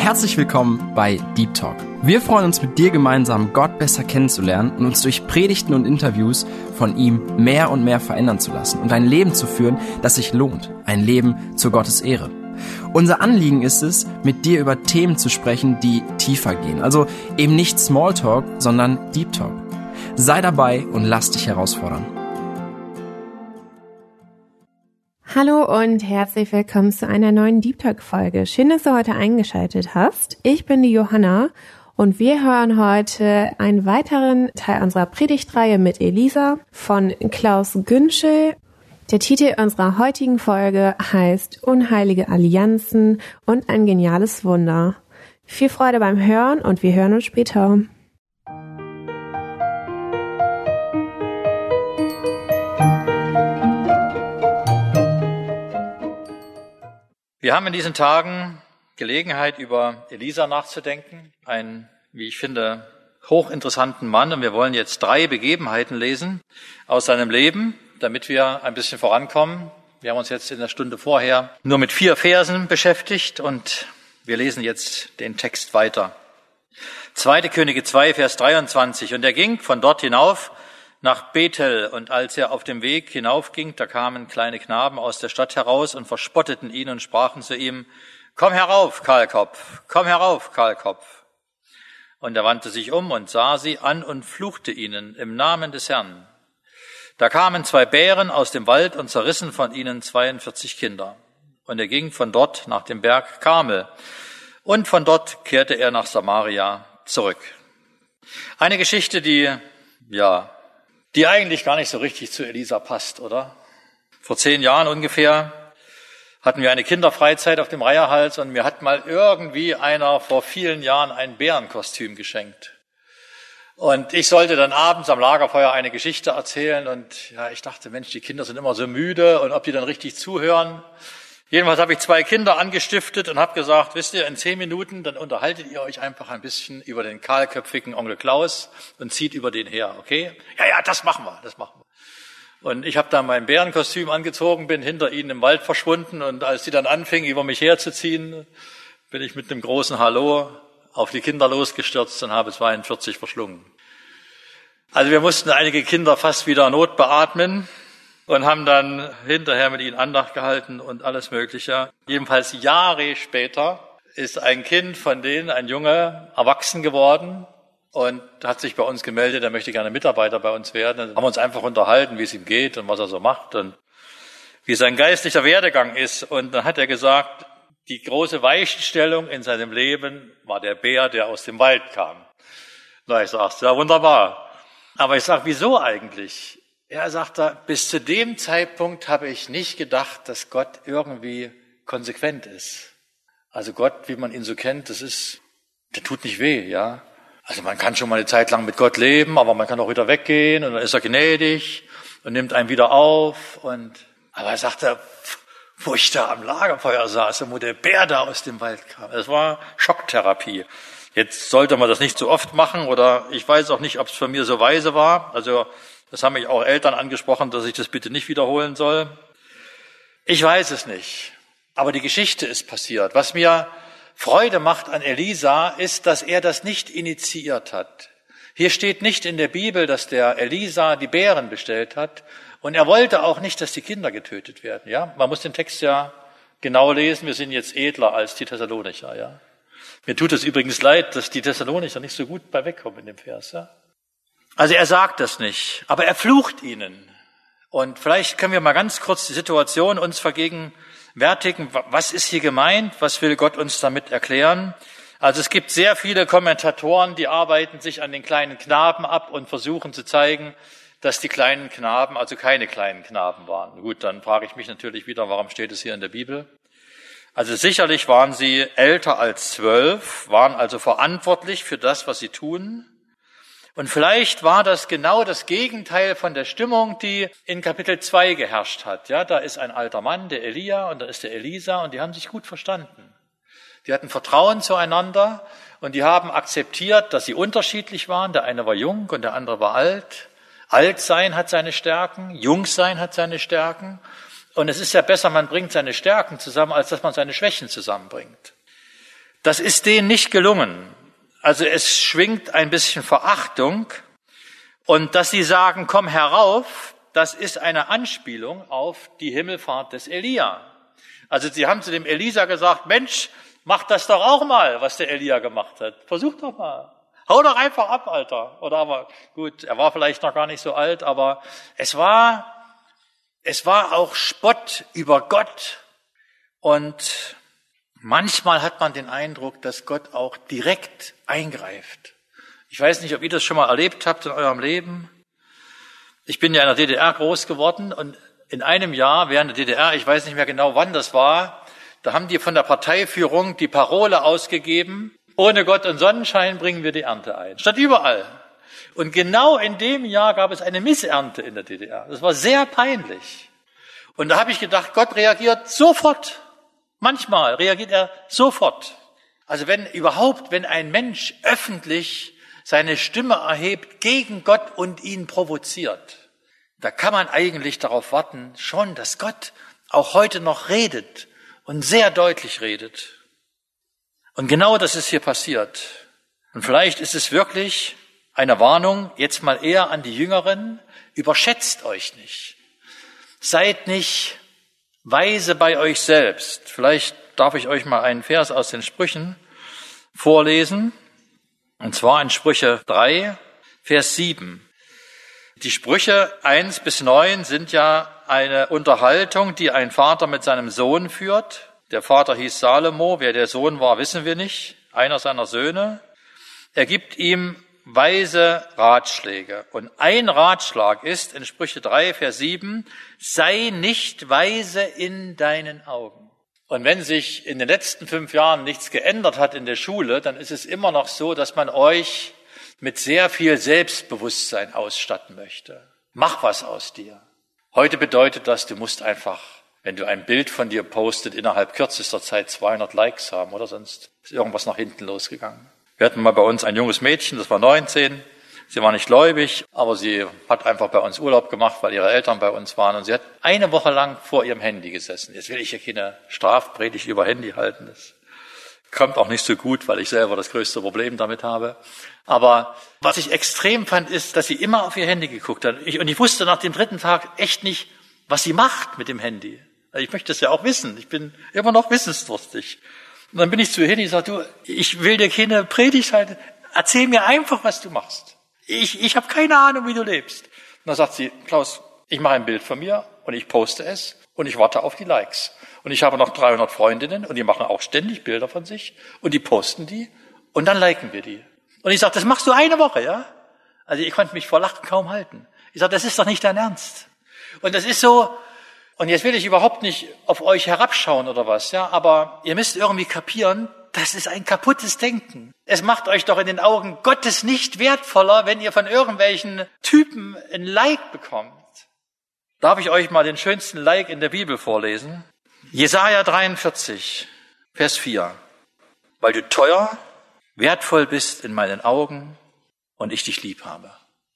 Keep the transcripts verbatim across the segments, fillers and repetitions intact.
Herzlich willkommen bei Deep Talk. Wir freuen uns, mit dir gemeinsam Gott besser kennenzulernen und uns durch Predigten und Interviews von ihm mehr und mehr verändern zu lassen und ein Leben zu führen, das sich lohnt. Ein Leben zur Gottes Ehre. Unser Anliegen ist es, mit dir über Themen zu sprechen, die tiefer gehen. Also eben nicht Smalltalk, sondern Deep Talk. Sei dabei und lass dich herausfordern. Hallo und herzlich willkommen zu einer neuen Deep Talk-Folge. Schön, dass du heute eingeschaltet hast. Ich bin die Johanna und wir hören heute einen weiteren Teil unserer Predigtreihe mit Elisa von Klaus Günschel. Der Titel unserer heutigen Folge heißt Unheilige Allianzen und ein geniales Wunder. Viel Freude beim Hören und wir hören uns später. Wir haben in diesen Tagen Gelegenheit, über Elisa nachzudenken, einen, wie ich finde, hochinteressanten Mann. Und wir wollen jetzt drei Begebenheiten lesen aus seinem Leben, damit wir ein bisschen vorankommen. Wir haben uns jetzt in der Stunde vorher nur mit vier Versen beschäftigt und wir lesen jetzt den Text weiter. Zweite Könige zwei, Vers dreiundzwanzig. Und er ging von dort hinauf nach Bethel, und als er auf dem Weg hinaufging, da kamen kleine Knaben aus der Stadt heraus und verspotteten ihn und sprachen zu ihm: Komm herauf, Kahlkopf, komm herauf, Kahlkopf. Und er wandte sich um und sah sie an und fluchte ihnen im Namen des Herrn. Da kamen zwei Bären aus dem Wald und zerrissen von ihnen zweiundvierzig Kinder. Und er ging von dort nach dem Berg Karmel, und von dort kehrte er nach Samaria zurück. Eine Geschichte, die, ja, die eigentlich gar nicht so richtig zu Elisa passt, oder? Vor zehn Jahren ungefähr hatten wir eine Kinderfreizeit auf dem Reiherhals und mir hat mal irgendwie einer vor vielen Jahren ein Bärenkostüm geschenkt. Und ich sollte dann abends am Lagerfeuer eine Geschichte erzählen und ja, ich dachte, Mensch, die Kinder sind immer so müde und ob die dann richtig zuhören. Jedenfalls habe ich zwei Kinder angestiftet und habe gesagt, wisst ihr, in zehn Minuten, dann unterhaltet ihr euch einfach ein bisschen über den kahlköpfigen Onkel Klaus und zieht über den her, okay? Ja, ja, das machen wir, das machen wir. Und ich habe dann mein Bärenkostüm angezogen, bin hinter ihnen im Wald verschwunden und als die dann anfingen, über mich herzuziehen, bin ich mit einem großen Hallo auf die Kinder losgestürzt und habe zweiundvierzig verschlungen. Also wir mussten einige Kinder fast wieder notbeatmen und haben dann hinterher mit ihnen Andacht gehalten und alles Mögliche. Jedenfalls Jahre später ist ein Kind von denen, ein Junge, erwachsen geworden und hat sich bei uns gemeldet, er möchte gerne Mitarbeiter bei uns werden. Dann haben wir uns einfach unterhalten, wie es ihm geht und was er so macht und wie sein geistlicher Werdegang ist. Und dann hat er gesagt, die große Weichenstellung in seinem Leben war der Bär, der aus dem Wald kam. Na, ich sage, ja, wunderbar. Aber ich sage, wieso eigentlich? Er sagt da, bis zu dem Zeitpunkt habe ich nicht gedacht, dass Gott irgendwie konsequent ist. Also Gott, wie man ihn so kennt, das ist, der tut nicht weh, ja. Also man kann schon mal eine Zeit lang mit Gott leben, aber man kann auch wieder weggehen und dann ist er gnädig und nimmt einen wieder auf. Und aber er sagte, wo ich da am Lagerfeuer saß und wo der Bär da aus dem Wald kam, das war Schocktherapie. Jetzt sollte man das nicht so oft machen oder ich weiß auch nicht, ob es für mich so weise war. Also das haben mich auch Eltern angesprochen, dass ich das bitte nicht wiederholen soll. Ich weiß es nicht, aber die Geschichte ist passiert. Was mir Freude macht an Elisa, ist, dass er das nicht initiiert hat. Hier steht nicht in der Bibel, dass der Elisa die Bären bestellt hat und er wollte auch nicht, dass die Kinder getötet werden. Ja, man muss den Text ja genau lesen. Wir sind jetzt edler als die Thessalonicher. Ja, mir tut es übrigens leid, dass die Thessalonicher nicht so gut bei wegkommen in dem Vers. Ja. Also er sagt das nicht, aber er flucht ihnen. Und vielleicht können wir mal ganz kurz die Situation uns vergegenwärtigen. Was ist hier gemeint? Was will Gott uns damit erklären? Also es gibt sehr viele Kommentatoren, die arbeiten sich an den kleinen Knaben ab und versuchen zu zeigen, dass die kleinen Knaben also keine kleinen Knaben waren. Gut, dann frage ich mich natürlich wieder, warum steht es hier in der Bibel? Also sicherlich waren sie älter als zwölf, waren also verantwortlich für das, was sie tun. Und vielleicht war das genau das Gegenteil von der Stimmung, die in Kapitel zwei geherrscht hat. Ja, da ist ein alter Mann, der Elia, und da ist der Elisa, und die haben sich gut verstanden. Die hatten Vertrauen zueinander und die haben akzeptiert, dass sie unterschiedlich waren. Der eine war jung und der andere war alt. Alt sein hat seine Stärken, jung sein hat seine Stärken. Und es ist ja besser, man bringt seine Stärken zusammen, als dass man seine Schwächen zusammenbringt. Das ist denen nicht gelungen. Also es schwingt ein bisschen Verachtung. Und dass sie sagen, komm herauf, das ist eine Anspielung auf die Himmelfahrt des Elia. Also sie haben zu dem Elisa gesagt, Mensch, mach das doch auch mal, was der Elia gemacht hat. Versuch doch mal. Hau doch einfach ab, Alter. Oder aber, gut, er war vielleicht noch gar nicht so alt, aber es war, es war auch Spott über Gott. Und manchmal hat man den Eindruck, dass Gott auch direkt eingreift. Ich weiß nicht, ob ihr das schon mal erlebt habt in eurem Leben. Ich bin ja in der D D R groß geworden und in einem Jahr während der D D R, ich weiß nicht mehr genau, wann das war, da haben die von der Parteiführung die Parole ausgegeben, ohne Gott und Sonnenschein bringen wir die Ernte ein. Statt überall. Und genau in dem Jahr gab es eine Missernte in der D D R. Das war sehr peinlich. Und da habe ich gedacht, Gott reagiert sofort. Manchmal reagiert er sofort. Also wenn überhaupt, wenn ein Mensch öffentlich seine Stimme erhebt gegen Gott und ihn provoziert, da kann man eigentlich darauf warten, schon, dass Gott auch heute noch redet und sehr deutlich redet. Und genau das ist hier passiert. Und vielleicht ist es wirklich eine Warnung, jetzt mal eher an die Jüngeren, überschätzt euch nicht. Seid nicht weise bei euch selbst. Vielleicht darf ich euch mal einen Vers aus den Sprüchen vorlesen. Und zwar in Sprüche drei, Vers sieben. Die Sprüche eins bis neun sind ja eine Unterhaltung, die ein Vater mit seinem Sohn führt. Der Vater hieß Salomo. Wer der Sohn war, wissen wir nicht. Einer seiner Söhne. Er gibt ihm weise Ratschläge. Und ein Ratschlag ist in Sprüche drei, Vers sieben, sei nicht weise in deinen Augen. Und wenn sich in den letzten fünf Jahren nichts geändert hat in der Schule, dann ist es immer noch so, dass man euch mit sehr viel Selbstbewusstsein ausstatten möchte. Mach was aus dir. Heute bedeutet das, du musst einfach, wenn du ein Bild von dir postet, innerhalb kürzester Zeit zweihundert Likes haben, oder sonst ist irgendwas nach hinten losgegangen. Wir hatten mal bei uns ein junges Mädchen, das war neunzehn. Sie war nicht gläubig, aber sie hat einfach bei uns Urlaub gemacht, weil ihre Eltern bei uns waren. Und sie hat eine Woche lang vor ihrem Handy gesessen. Jetzt will ich ja keine Strafpredigt über Handy halten. Das kommt auch nicht so gut, weil ich selber das größte Problem damit habe. Aber was ich extrem fand, ist, dass sie immer auf ihr Handy geguckt hat. Ich, und ich wusste nach dem dritten Tag echt nicht, was sie macht mit dem Handy. Ich möchte es ja auch wissen. Ich bin immer noch wissensdurstig. Und dann bin ich zu ihr hin, ich sage, du, ich will dir keine Predigt halten. Erzähl mir einfach, was du machst. Ich, ich habe keine Ahnung, wie du lebst. Und dann sagt sie, Klaus, ich mache ein Bild von mir und ich poste es und ich warte auf die Likes. Und ich habe noch dreihundert Freundinnen und die machen auch ständig Bilder von sich und die posten die und dann liken wir die. Und ich sage, das machst du eine Woche, ja? Also ich konnte mich vor Lachen kaum halten. Ich sage, das ist doch nicht dein Ernst. Und das ist so, und jetzt will ich überhaupt nicht auf euch herabschauen oder was, ja, aber ihr müsst irgendwie kapieren, das ist ein kaputtes Denken. Es macht euch doch in den Augen Gottes nicht wertvoller, wenn ihr von irgendwelchen Typen ein Like bekommt. Darf ich euch mal den schönsten Like in der Bibel vorlesen? Jesaja dreiundvierzig, Vers vier. Weil du teuer, wertvoll bist in meinen Augen und ich dich lieb habe.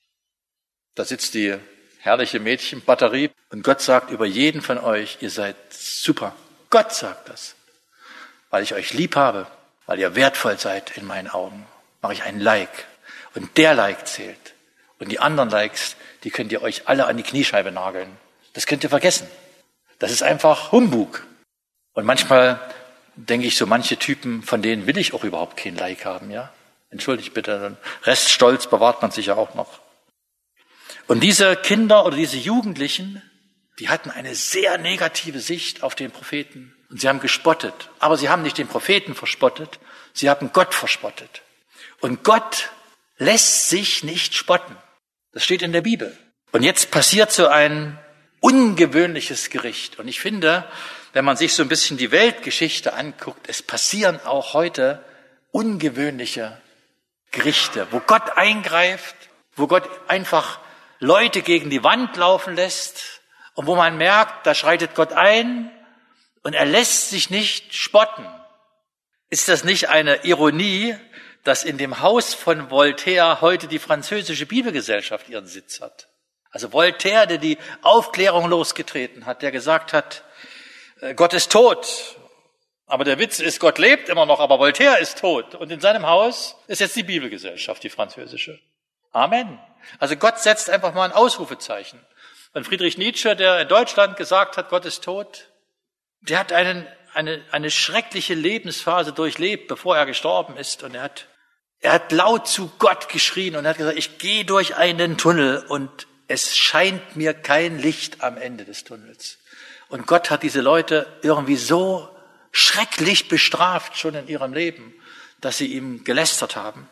Da sitzt die herrliche Mädchenbatterie und Gott sagt über jeden von euch, ihr seid super. Gott sagt das. Weil ich euch lieb habe, weil ihr wertvoll seid in meinen Augen, mache ich einen Like. Und der Like zählt. Und die anderen Likes, die könnt ihr euch alle an die Kniescheibe nageln. Das könnt ihr vergessen. Das ist einfach Humbug. Und manchmal denke ich so, manche Typen, von denen will ich auch überhaupt kein Like haben, ja? Entschuldigt bitte, den Reststolz bewahrt man sich ja auch noch. Und diese Kinder oder diese Jugendlichen, die hatten eine sehr negative Sicht auf den Propheten. Und sie haben gespottet. Aber sie haben nicht den Propheten verspottet, sie haben Gott verspottet. Und Gott lässt sich nicht spotten. Das steht in der Bibel. Und jetzt passiert so ein ungewöhnliches Gericht. Und ich finde, wenn man sich so ein bisschen die Weltgeschichte anguckt, es passieren auch heute ungewöhnliche Gerichte, wo Gott eingreift, wo Gott einfach Leute gegen die Wand laufen lässt und wo man merkt, da schreitet Gott ein und er lässt sich nicht spotten. Ist das nicht eine Ironie, dass in dem Haus von Voltaire heute die französische Bibelgesellschaft ihren Sitz hat? Also Voltaire, der die Aufklärung losgetreten hat, der gesagt hat, Gott ist tot Aber der Witz ist, Gott lebt immer noch, aber Voltaire ist tot. Und in seinem Haus ist jetzt die Bibelgesellschaft, die französische. Amen. Also Gott setzt einfach mal ein Ausrufezeichen. Und Friedrich Nietzsche, der in Deutschland gesagt hat, Gott ist tot, der hat einen, eine, eine schreckliche Lebensphase durchlebt, bevor er gestorben ist. Und er hat, er hat laut zu Gott geschrien und er hat gesagt, ich gehe durch einen Tunnel und es scheint mir kein Licht am Ende des Tunnels. Und Gott hat diese Leute irgendwie so schrecklich bestraft schon in ihrem Leben, dass sie ihm gelästert haben.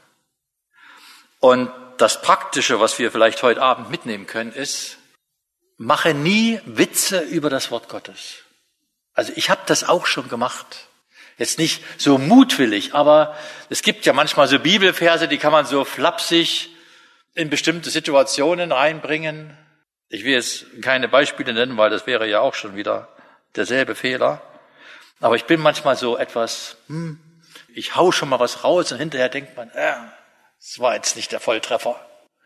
Und das Praktische, was wir vielleicht heute Abend mitnehmen können, ist, mache nie Witze über das Wort Gottes. Also ich habe das auch schon gemacht. Jetzt nicht so mutwillig, aber es gibt ja manchmal so Bibelverse, die kann man so flapsig in bestimmte Situationen reinbringen. Ich will jetzt keine Beispiele nennen, weil das wäre ja auch schon wieder derselbe Fehler. Aber ich bin manchmal so etwas, hm, ich hau schon mal was raus und hinterher denkt man, äh, das war jetzt nicht der Volltreffer.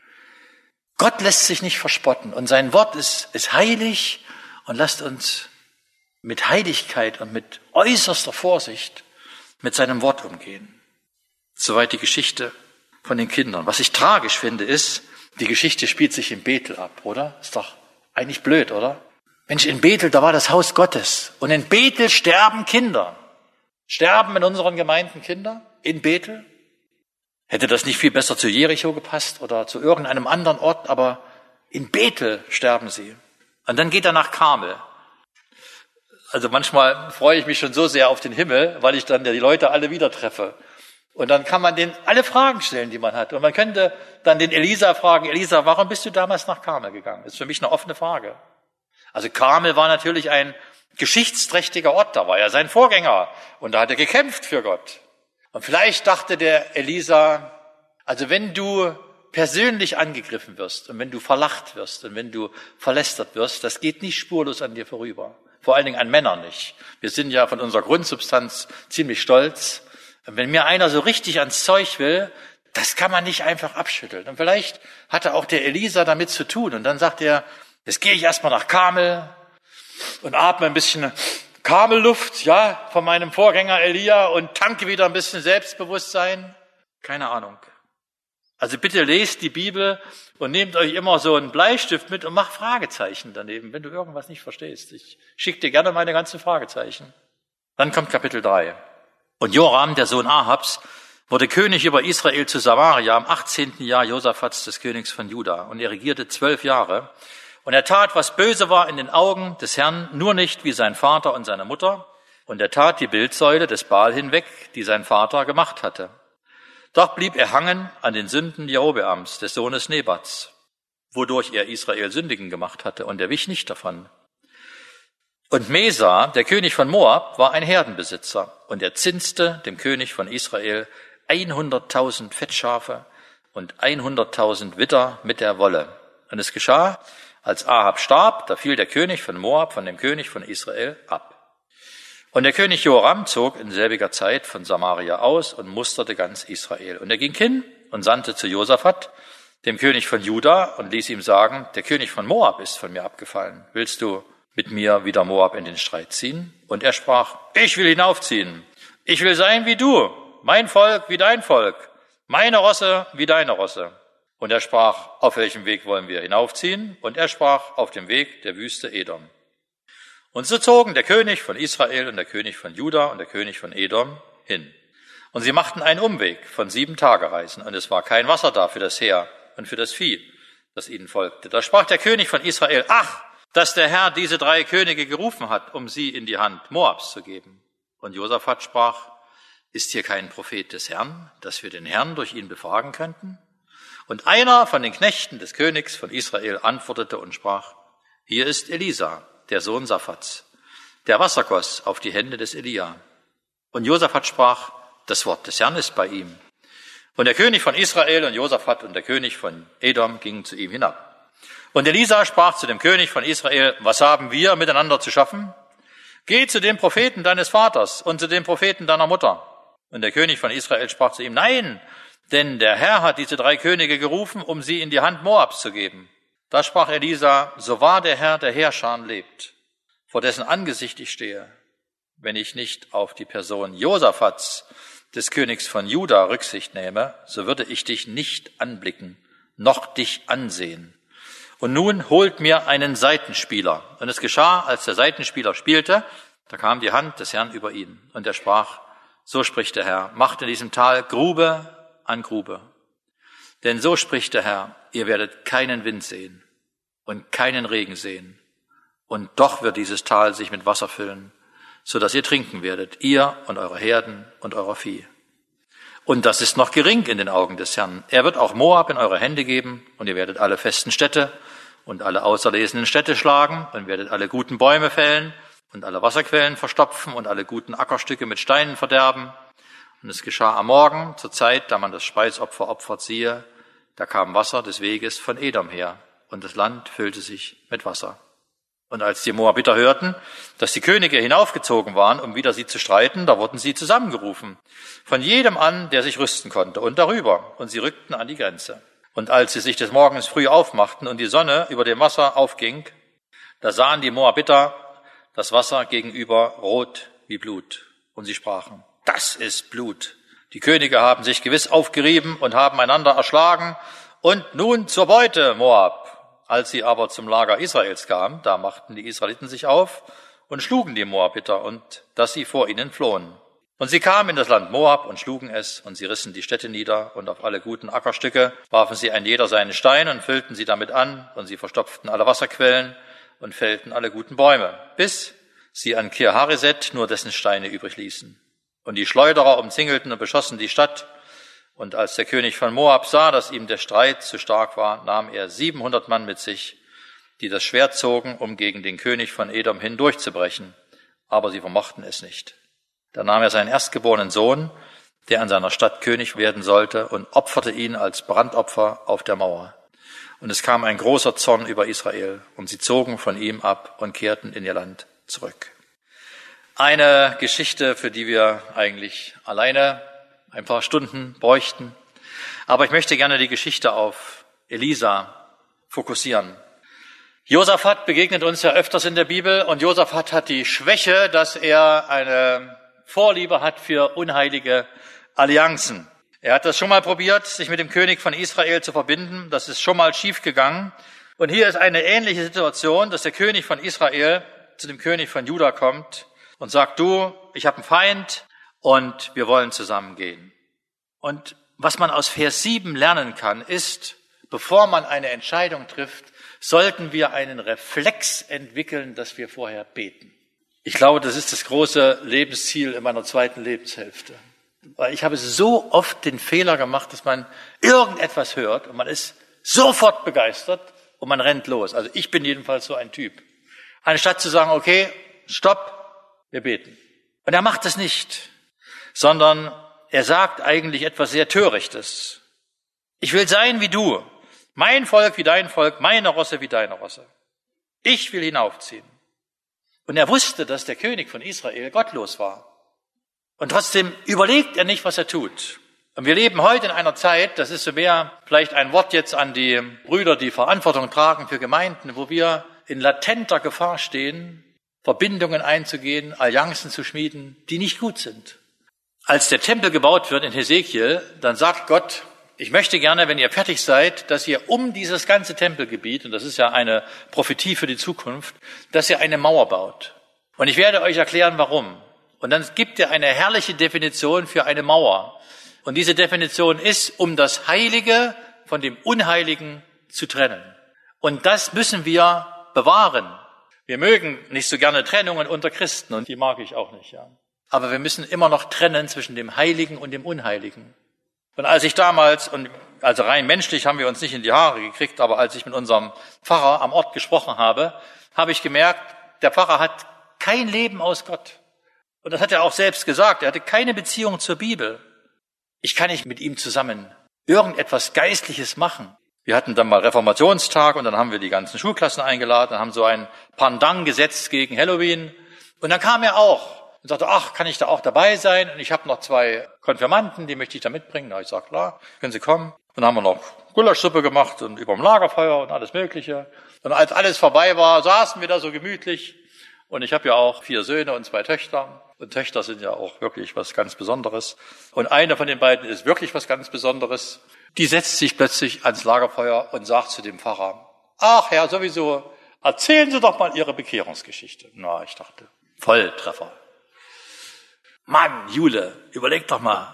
Gott lässt sich nicht verspotten und sein Wort ist, ist heilig und lasst uns mit Heiligkeit und mit äußerster Vorsicht mit seinem Wort umgehen. Soweit die Geschichte von den Kindern. Was ich tragisch finde, ist, die Geschichte spielt sich in Bethel ab, oder? Ist doch eigentlich blöd, oder? Mensch, in Bethel, da war das Haus Gottes. Und in Bethel sterben Kinder. Sterben in unseren Gemeinden Kinder? In Bethel? Hätte das nicht viel besser zu Jericho gepasst oder zu irgendeinem anderen Ort? Aber in Bethel sterben sie. Und dann geht er nach Karmel. Also manchmal freue ich mich schon so sehr auf den Himmel, weil ich dann die Leute alle wieder treffe. Und dann kann man denen alle Fragen stellen, die man hat. Und man könnte dann den Elisa fragen, Elisa, warum bist du damals nach Karmel gegangen? Das ist für mich eine offene Frage. Also Karmel war natürlich ein geschichtsträchtiger Ort, da war er sein Vorgänger und da hat er gekämpft für Gott. Und vielleicht dachte der Elisa, also wenn du persönlich angegriffen wirst und wenn du verlacht wirst und wenn du verlästert wirst, das geht nicht spurlos an dir vorüber. Vor allen Dingen an Männern nicht. Wir sind ja von unserer Grundsubstanz ziemlich stolz. Und wenn mir einer so richtig ans Zeug will, das kann man nicht einfach abschütteln. Und vielleicht hatte auch der Elisa damit zu tun. Und dann sagt er, jetzt gehe ich erstmal nach Karmel und atme ein bisschen Karmelluft, ja, von meinem Vorgänger Elia und tanke wieder ein bisschen Selbstbewusstsein. Keine Ahnung. Also bitte lest die Bibel und nehmt euch immer so einen Bleistift mit und macht Fragezeichen daneben, wenn du irgendwas nicht verstehst. Ich schicke dir gerne meine ganzen Fragezeichen. Dann kommt Kapitel drei. Und Joram, der Sohn Ahabs, wurde König über Israel zu Samaria im achtzehnten Jahr Josafats des Königs von Juda. Und er regierte zwölf Jahre. Und er tat, was böse war in den Augen des Herrn, nur nicht wie sein Vater und seine Mutter. Und er tat die Bildsäule des Baal hinweg, die sein Vater gemacht hatte. Doch blieb er hangen an den Sünden Jerobeams, des Sohnes Nebats, wodurch er Israel sündigen gemacht hatte, und er wich nicht davon. Und Mesa, der König von Moab, war ein Herdenbesitzer, und er zinste dem König von Israel hunderttausend Fettschafe und hunderttausend Widder mit der Wolle. Und es geschah, als Ahab starb, da fiel der König von Moab von dem König von Israel ab. Und der König Joram zog in selbiger Zeit von Samaria aus und musterte ganz Israel. Und er ging hin und sandte zu Josaphat, dem König von Juda, und ließ ihm sagen, der König von Moab ist von mir abgefallen. Willst du mit mir wieder Moab in den Streit ziehen? Und er sprach, ich will hinaufziehen. Ich will sein wie du, mein Volk wie dein Volk, meine Rosse wie deine Rosse. Und er sprach, auf welchem Weg wollen wir hinaufziehen? Und er sprach, auf dem Weg der Wüste Edom. Und so zogen der König von Israel und der König von Juda und der König von Edom hin. Und sie machten einen Umweg von sieben Tagereisen, und es war kein Wasser da für das Heer und für das Vieh, das ihnen folgte. Da sprach der König von Israel, ach, dass der Herr diese drei Könige gerufen hat, um sie in die Hand Moabs zu geben. Und Josaphat sprach, ist hier kein Prophet des Herrn, dass wir den Herrn durch ihn befragen könnten? Und einer von den Knechten des Königs von Israel antwortete und sprach, hier ist Elisa, der Sohn Saphats, der Wasser goss auf die Hände des Elia. Und Josaphat sprach, das Wort des Herrn ist bei ihm. Und der König von Israel und Josaphat und der König von Edom gingen zu ihm hinab. Und Elisa sprach zu dem König von Israel, was haben wir miteinander zu schaffen? Geh zu dem Propheten deines Vaters und zu dem Propheten deiner Mutter. Und der König von Israel sprach zu ihm, nein, denn der Herr hat diese drei Könige gerufen, um sie in die Hand Moabs zu geben. Da sprach Elisa, so wahr der Herr der Heerscharen lebt, vor dessen Angesicht ich stehe, wenn ich nicht auf die Person Josafats, des Königs von Juda, Rücksicht nehme, so würde ich dich nicht anblicken, noch dich ansehen. Und nun holt mir einen Saitenspieler. Und es geschah, als der Saitenspieler spielte, da kam die Hand des Herrn über ihn. Und er sprach, so spricht der Herr, macht in diesem Tal Grube an Grube. Denn so spricht der Herr, ihr werdet keinen Wind sehen und keinen Regen sehen. Und doch wird dieses Tal sich mit Wasser füllen, so dass ihr trinken werdet, ihr und eure Herden und euer Vieh. Und das ist noch gering in den Augen des Herrn. Er wird auch Moab in eure Hände geben, und ihr werdet alle festen Städte und alle auserlesenen Städte schlagen und werdet alle guten Bäume fällen und alle Wasserquellen verstopfen und alle guten Ackerstücke mit Steinen verderben. Und es geschah am Morgen, zur Zeit, da man das Speisopfer opfert, siehe, da kam Wasser des Weges von Edom her, und das Land füllte sich mit Wasser. Und als die Moabiter hörten, dass die Könige hinaufgezogen waren, um wider sie zu streiten, da wurden sie zusammengerufen, von jedem an, der sich rüsten konnte, und darüber, und sie rückten an die Grenze. Und als sie sich des Morgens früh aufmachten und die Sonne über dem Wasser aufging, da sahen die Moabiter das Wasser gegenüber rot wie Blut. Und sie sprachen, das ist Blut. Die Könige haben sich gewiss aufgerieben und haben einander erschlagen. Und nun zur Beute, Moab. Als sie aber zum Lager Israels kamen, da machten die Israeliten sich auf und schlugen die Moabiter, und dass sie vor ihnen flohen. Und sie kamen in das Land Moab und schlugen es, und sie rissen die Städte nieder, und auf alle guten Ackerstücke warfen sie ein jeder seinen Stein und füllten sie damit an, und sie verstopften alle Wasserquellen und fällten alle guten Bäume, bis sie an Kir-Hareset nur dessen Steine übrig ließen. Und die Schleuderer umzingelten und beschossen die Stadt. Und als der König von Moab sah, dass ihm der Streit zu stark war, nahm er siebenhundert Mann mit sich, die das Schwert zogen, um gegen den König von Edom hindurchzubrechen. Aber sie vermochten es nicht. Da nahm er seinen erstgeborenen Sohn, der an seiner Stadt König werden sollte, und opferte ihn als Brandopfer auf der Mauer. Und es kam ein großer Zorn über Israel, und sie zogen von ihm ab und kehrten in ihr Land zurück. Eine Geschichte, für die wir eigentlich alleine ein paar Stunden bräuchten. Aber ich möchte gerne die Geschichte auf Elisa fokussieren. Josaphat begegnet uns ja öfters in der Bibel, und Josaphat hat die Schwäche, dass er eine Vorliebe hat für unheilige Allianzen. Er hat das schon mal probiert, sich mit dem König von Israel zu verbinden. Das ist schon mal schiefgegangen. Und hier ist eine ähnliche Situation, dass der König von Israel zu dem König von Juda kommt und sagt, du, ich habe einen Feind, und wir wollen zusammengehen. Und was man aus Vers sieben lernen kann, ist, bevor man eine Entscheidung trifft, sollten wir einen Reflex entwickeln, dass wir vorher beten. Ich glaube, das ist das große Lebensziel in meiner zweiten Lebenshälfte. Weil ich habe so oft den Fehler gemacht, dass man irgendetwas hört und man ist sofort begeistert und man rennt los. Also ich bin jedenfalls so ein Typ. Anstatt zu sagen, okay, stopp, wir beten. Und er macht das nicht, sondern er sagt eigentlich etwas sehr Törichtes. Ich will sein wie du, mein Volk wie dein Volk, meine Rosse wie deine Rosse. Ich will hinaufziehen. Und er wusste, dass der König von Israel gottlos war. Und trotzdem überlegt er nicht, was er tut. Und wir leben heute in einer Zeit, das ist so mehr vielleicht ein Wort jetzt an die Brüder, die Verantwortung tragen für Gemeinden, wo wir in latenter Gefahr stehen, Verbindungen einzugehen, Allianzen zu schmieden, die nicht gut sind. Als der Tempel gebaut wird in Hesekiel, dann sagt Gott, ich möchte gerne, wenn ihr fertig seid, dass ihr um dieses ganze Tempelgebiet, und das ist ja eine Prophetie für die Zukunft, dass ihr eine Mauer baut. Und ich werde euch erklären, warum. Und dann gibt er eine herrliche Definition für eine Mauer. Und diese Definition ist, um das Heilige von dem Unheiligen zu trennen. Und das müssen wir bewahren. Wir mögen nicht so gerne Trennungen unter Christen, und die mag ich auch nicht, ja. Aber wir müssen immer noch trennen zwischen dem Heiligen und dem Unheiligen. Und als ich damals, und also rein menschlich haben wir uns nicht in die Haare gekriegt, aber als ich mit unserem Pfarrer am Ort gesprochen habe, habe ich gemerkt, der Pfarrer hat kein Leben aus Gott. Und das hat er auch selbst gesagt, er hatte keine Beziehung zur Bibel. Ich kann nicht mit ihm zusammen irgendetwas Geistliches machen. Wir hatten dann mal Reformationstag, und dann haben wir die ganzen Schulklassen eingeladen, haben so ein Pendant gesetzt gegen Halloween. Und dann kam er auch und sagte, ach, kann ich da auch dabei sein? Und ich habe noch zwei Konfirmanden, die möchte ich da mitbringen. Na, ich sage, klar, können Sie kommen. Dann haben wir noch Gulaschsuppe gemacht und überm Lagerfeuer und alles Mögliche. Und als alles vorbei war, saßen wir da so gemütlich. Und ich habe ja auch vier Söhne und zwei Töchter. Und Töchter sind ja auch wirklich was ganz Besonderes. Und eine von den beiden ist wirklich was ganz Besonderes. Die setzt sich plötzlich ans Lagerfeuer und sagt zu dem Pfarrer, ach Herr, sowieso, erzählen Sie doch mal Ihre Bekehrungsgeschichte. Na, ich dachte, Volltreffer. Mann, Jule, überleg doch mal.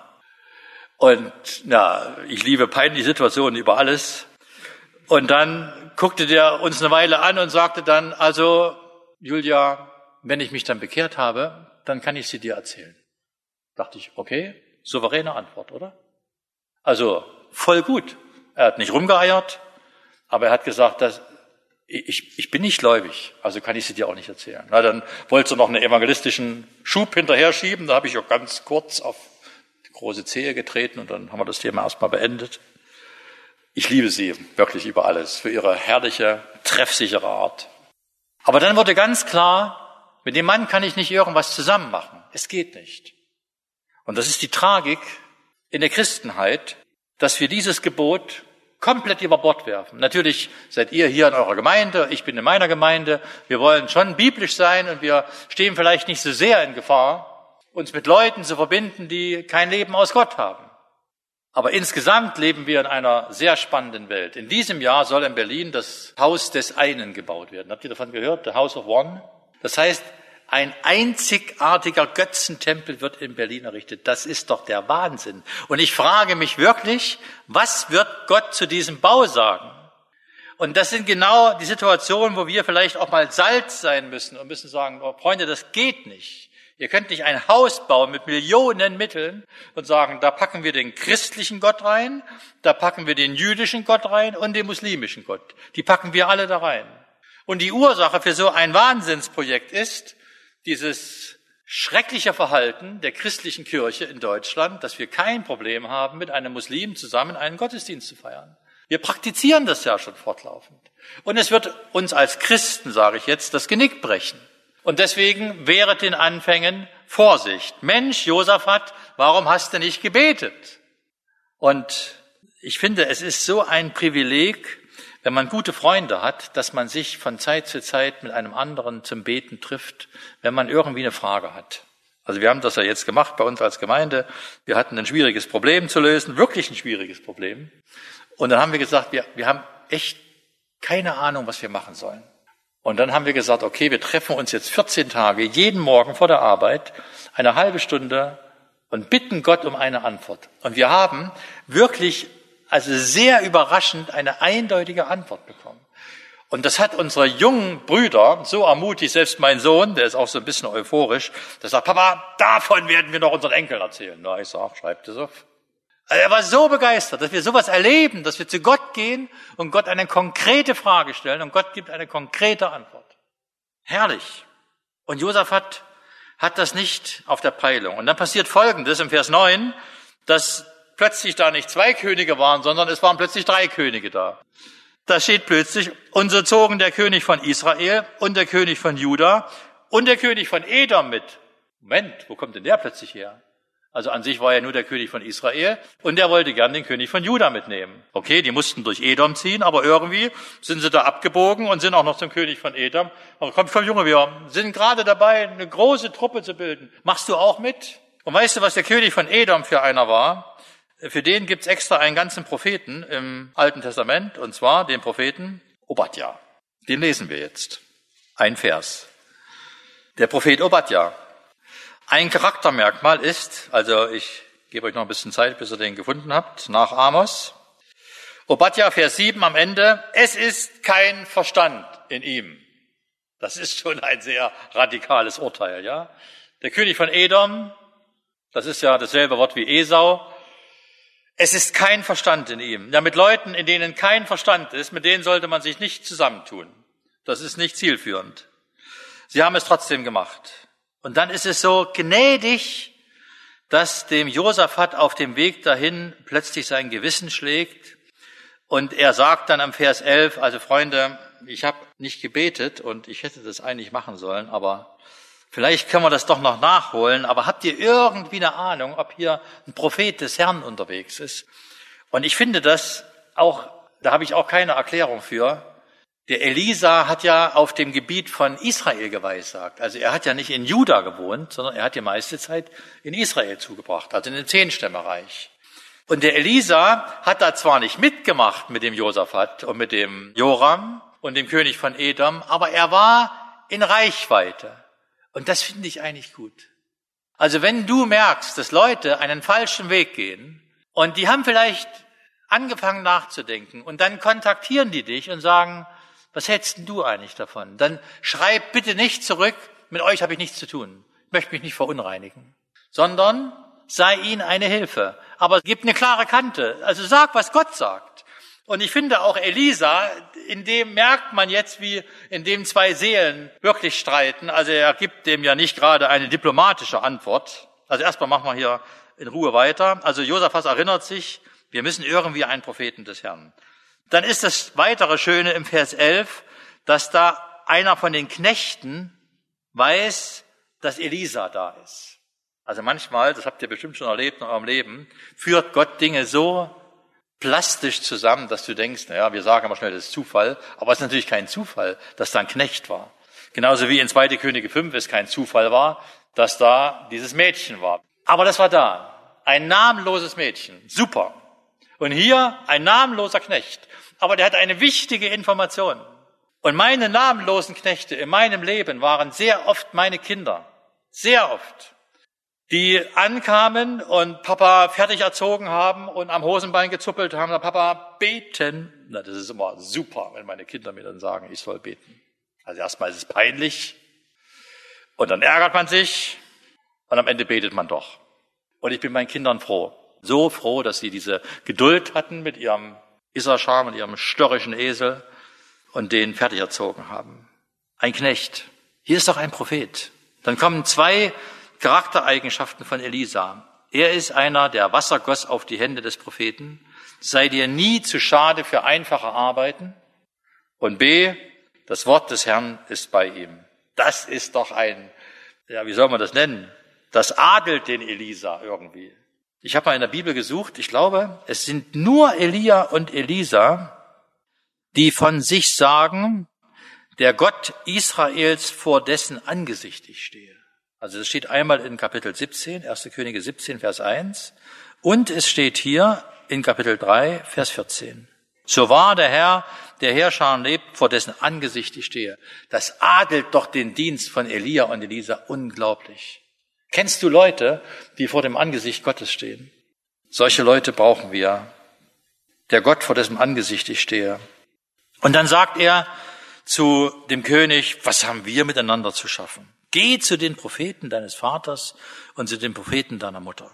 Und na, ich liebe peinliche Situationen über alles. Und dann guckte der uns eine Weile an und sagte dann, also Julia, wenn ich mich dann bekehrt habe, dann kann ich sie dir erzählen. Dachte ich, okay, souveräne Antwort, oder? Also voll gut. Er hat nicht rumgeeiert, aber er hat gesagt, dass ich, ich bin nicht gläubig, also kann ich sie dir auch nicht erzählen. Na, dann wollte sie noch einen evangelistischen Schub hinterher schieben, da habe ich auch ganz kurz auf die große Zehe getreten und dann haben wir das Thema erstmal beendet. Ich liebe sie wirklich über alles, für ihre herrliche, treffsichere Art. Aber dann wurde ganz klar, mit dem Mann kann ich nicht irgendwas zusammen machen. Es geht nicht. Und das ist die Tragik in der Christenheit, dass wir dieses Gebot komplett über Bord werfen. Natürlich seid ihr hier in eurer Gemeinde, ich bin in meiner Gemeinde. Wir wollen schon biblisch sein und wir stehen vielleicht nicht so sehr in Gefahr, uns mit Leuten zu verbinden, die kein Leben aus Gott haben. Aber insgesamt leben wir in einer sehr spannenden Welt. In diesem Jahr soll in Berlin das Haus des einen gebaut werden. Habt ihr davon gehört? The House of One? Das heißt, ein einzigartiger Götzentempel wird in Berlin errichtet. Das ist doch der Wahnsinn. Und ich frage mich wirklich, was wird Gott zu diesem Bau sagen? Und das sind genau die Situationen, wo wir vielleicht auch mal Salz sein müssen und müssen sagen, oh, Freunde, das geht nicht. Ihr könnt nicht ein Haus bauen mit Millionen Mitteln und sagen, da packen wir den christlichen Gott rein, da packen wir den jüdischen Gott rein und den muslimischen Gott. Die packen wir alle da rein. Und die Ursache für so ein Wahnsinnsprojekt ist dieses schreckliche Verhalten der christlichen Kirche in Deutschland, dass wir kein Problem haben, mit einem Muslim zusammen einen Gottesdienst zu feiern. Wir praktizieren das ja schon fortlaufend. Und es wird uns als Christen, sage ich jetzt, das Genick brechen. Und deswegen wehret den Anfängen Vorsicht. Mensch, Josaphat, warum hast du nicht gebetet? Und ich finde, es ist so ein Privileg, wenn man gute Freunde hat, dass man sich von Zeit zu Zeit mit einem anderen zum Beten trifft, wenn man irgendwie eine Frage hat. Also wir haben das ja jetzt gemacht bei uns als Gemeinde. Wir hatten ein schwieriges Problem zu lösen, wirklich ein schwieriges Problem. Und dann haben wir gesagt, wir, wir haben echt keine Ahnung, was wir machen sollen. Und dann haben wir gesagt, okay, wir treffen uns jetzt vierzehn Tage, jeden Morgen vor der Arbeit, eine halbe Stunde und bitten Gott um eine Antwort. Und wir haben wirklich, also sehr überraschend, eine eindeutige Antwort bekommen. Und das hat unsere jungen Brüder so ermutigt, selbst mein Sohn, der ist auch so ein bisschen euphorisch, der sagt, Papa, davon werden wir noch unseren Enkeln erzählen. Na, ich sag, schreibt es auf. Also er war so begeistert, dass wir sowas erleben, dass wir zu Gott gehen und Gott eine konkrete Frage stellen und Gott gibt eine konkrete Antwort. Herrlich. Und Josaphat hat das nicht auf der Peilung. Und dann passiert Folgendes im Vers neun, dass plötzlich da nicht zwei Könige waren, sondern es waren plötzlich drei Könige da. Da steht plötzlich, und so zogen der König von Israel und der König von Juda und der König von Edom mit. Moment, wo kommt denn der plötzlich her? Also an sich war ja nur der König von Israel und der wollte gern den König von Juda mitnehmen. Okay, die mussten durch Edom ziehen, aber irgendwie sind sie da abgebogen und sind auch noch zum König von Edom. Aber komm, komm Junge, wir sind gerade dabei, eine große Truppe zu bilden. Machst du auch mit? Und weißt du, was der König von Edom für einer war? Für den gibt's extra einen ganzen Propheten im Alten Testament, und zwar den Propheten Obadja. Den lesen wir jetzt. Ein Vers. Der Prophet Obadja. Ein Charaktermerkmal ist, also ich gebe euch noch ein bisschen Zeit, bis ihr den gefunden habt, nach Amos. Obadja, Vers sieben am Ende, es ist kein Verstand in ihm. Das ist schon ein sehr radikales Urteil, ja. Der König von Edom, das ist ja dasselbe Wort wie Esau. Es ist kein Verstand in ihm. Ja, mit Leuten, in denen kein Verstand ist, mit denen sollte man sich nicht zusammentun. Das ist nicht zielführend. Sie haben es trotzdem gemacht. Und dann ist es so gnädig, dass dem Josaphat auf dem Weg dahin plötzlich sein Gewissen schlägt. Und er sagt dann am Vers elf, also Freunde, ich habe nicht gebetet und ich hätte das eigentlich machen sollen, aber vielleicht können wir das doch noch nachholen. Aber habt ihr irgendwie eine Ahnung, ob hier ein Prophet des Herrn unterwegs ist? Und ich finde das auch, da habe ich auch keine Erklärung für, Der Elisa hat ja auf dem Gebiet von Israel geweissagt. Also er hat ja nicht in Juda gewohnt, sondern er hat die meiste Zeit in Israel zugebracht, also in den Zehnstämmereich. Und der Elisa hat da zwar nicht mitgemacht mit dem Josaphat und mit dem Joram und dem König von Edom, aber er war in Reichweite. Und das finde ich eigentlich gut. Also wenn du merkst, dass Leute einen falschen Weg gehen und die haben vielleicht angefangen nachzudenken und dann kontaktieren die dich und sagen, was hältst denn du eigentlich davon? Dann schreib bitte nicht zurück, mit euch habe ich nichts zu tun. Ich möchte mich nicht verunreinigen. Sondern sei ihnen eine Hilfe. Aber gib eine klare Kante. Also sag, was Gott sagt. Und ich finde auch Elisa, in dem merkt man jetzt, wie in dem zwei Seelen wirklich streiten. Also er gibt dem ja nicht gerade eine diplomatische Antwort. Also erstmal machen wir hier in Ruhe weiter. Also Josaphat erinnert sich, wir müssen irgendwie einen Propheten des Herrn. Dann ist das weitere Schöne im Vers elf, dass da einer von den Knechten weiß, dass Elisa da ist. Also manchmal, das habt ihr bestimmt schon erlebt in eurem Leben, führt Gott Dinge so plastisch zusammen, dass du denkst, naja, wir sagen immer schnell, das ist Zufall, aber es ist natürlich kein Zufall, dass da ein Knecht war. Genauso wie in zweite Könige fünf es kein Zufall war, dass da dieses Mädchen war. Aber das war da. Ein namenloses Mädchen. Super. Und hier ein namenloser Knecht. Aber der hat eine wichtige Information. Und meine namenlosen Knechte in meinem Leben waren sehr oft meine Kinder. Sehr oft. Die ankamen und Papa fertig erzogen haben und am Hosenbein gezuppelt haben, na Papa, beten. Na, das ist immer super, wenn meine Kinder mir dann sagen, ich soll beten. Also erstmal ist es peinlich und dann ärgert man sich und am Ende betet man doch. Und ich bin meinen Kindern froh. So froh, dass sie diese Geduld hatten mit ihrem Issachar und ihrem störrischen Esel und den fertig erzogen haben. Ein Knecht. Hier ist doch ein Prophet. Dann kommen zwei Charaktereigenschaften von Elisa. Er ist einer, der Wasser goss auf die Hände des Propheten. Sei dir nie zu schade für einfache Arbeiten. Und B, das Wort des Herrn ist bei ihm. Das ist doch ein, ja, wie soll man das nennen? Das adelt den Elisa irgendwie. Ich habe mal in der Bibel gesucht, ich glaube, es sind nur Elia und Elisa, die von sich sagen, der Gott Israels, vor dessen Angesicht ich stehe. Also das steht einmal in Kapitel siebzehn, erste Könige siebzehn, Vers eins, und es steht hier in Kapitel drei, Vers vierzehn. So wahr der Herr, der Heerscharen lebt, vor dessen Angesicht ich stehe. Das adelt doch den Dienst von Elia und Elisa unglaublich. Kennst du Leute, die vor dem Angesicht Gottes stehen? Solche Leute brauchen wir. Der Gott, vor dessen Angesicht ich stehe. Und dann sagt er zu dem König, was haben wir miteinander zu schaffen? Geh zu den Propheten deines Vaters und zu den Propheten deiner Mutter.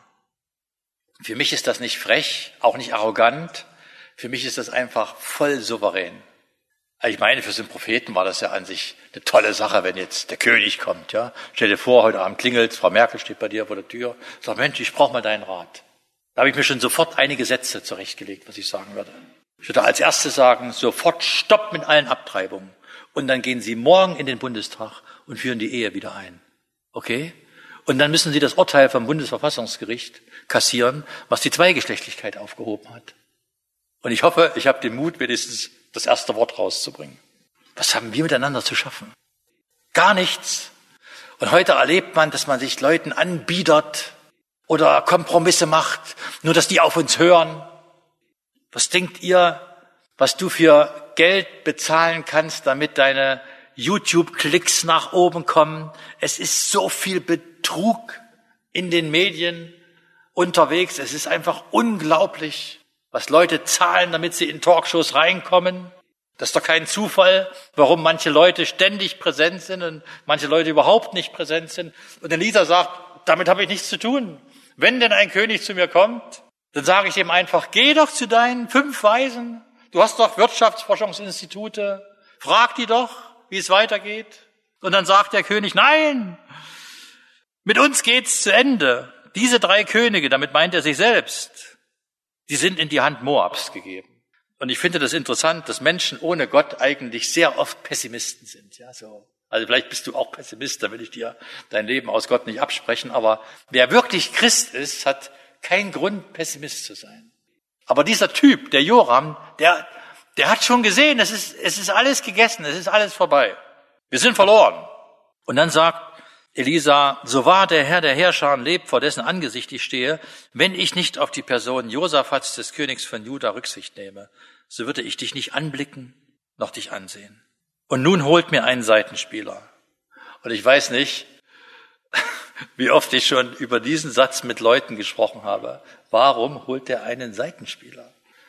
Für mich ist das nicht frech, auch nicht arrogant. Für mich ist das einfach voll souverän. Ich meine, für so einen Propheten war das ja an sich eine tolle Sache, wenn jetzt der König kommt. Ja, stell dir vor, heute Abend klingelt, Frau Merkel steht bei dir vor der Tür, sagt, Mensch, ich brauche mal deinen Rat. Da habe ich mir schon sofort einige Sätze zurechtgelegt, was ich sagen würde. Ich würde als erstes sagen, sofort Stopp mit allen Abtreibungen. Und dann gehen Sie morgen in den Bundestag und führen die Ehe wieder ein. Okay? Und dann müssen Sie das Urteil vom Bundesverfassungsgericht kassieren, was die Zweigeschlechtlichkeit aufgehoben hat. Und ich hoffe, ich habe den Mut, wenigstens das erste Wort rauszubringen. Was haben wir miteinander zu schaffen? Gar nichts. Und heute erlebt man, dass man sich Leuten anbietet oder Kompromisse macht, nur dass die auf uns hören. Was denkt ihr, was du für Geld bezahlen kannst, damit deine YouTube-Klicks nach oben kommen? Es ist so viel Betrug in den Medien unterwegs. Es ist einfach unglaublich, was Leute zahlen, damit sie in Talkshows reinkommen. Das ist doch kein Zufall, warum manche Leute ständig präsent sind und manche Leute überhaupt nicht präsent sind. Und Elisa sagt, damit habe ich nichts zu tun. Wenn denn ein König zu mir kommt, dann sage ich ihm einfach, geh doch zu deinen fünf Weisen. Du hast doch Wirtschaftsforschungsinstitute. Frag die doch, wie es weitergeht. Und dann sagt der König, nein, mit uns geht's zu Ende. Diese drei Könige, damit meint er sich selbst, die sind in die Hand Moabs gegeben. Und ich finde das interessant, dass Menschen ohne Gott eigentlich sehr oft Pessimisten sind. Ja, so. Also vielleicht bist du auch Pessimist, da will ich dir dein Leben aus Gott nicht absprechen. Aber wer wirklich Christ ist, hat keinen Grund, Pessimist zu sein. Aber dieser Typ, der Joram, der, Der hat schon gesehen, es ist, es ist alles gegessen, es ist alles vorbei. Wir sind verloren. Und dann sagt Elisa, so wahr der Herr der Heerscharen lebt, vor dessen Angesicht ich stehe, wenn ich nicht auf die Person Josafats des Königs von Juda Rücksicht nehme, so würde ich dich nicht anblicken, noch dich ansehen. Und nun holt mir einen Seitenspieler. Und ich weiß nicht, wie oft ich schon über diesen Satz mit Leuten gesprochen habe. Warum holt der einen Seitenspieler?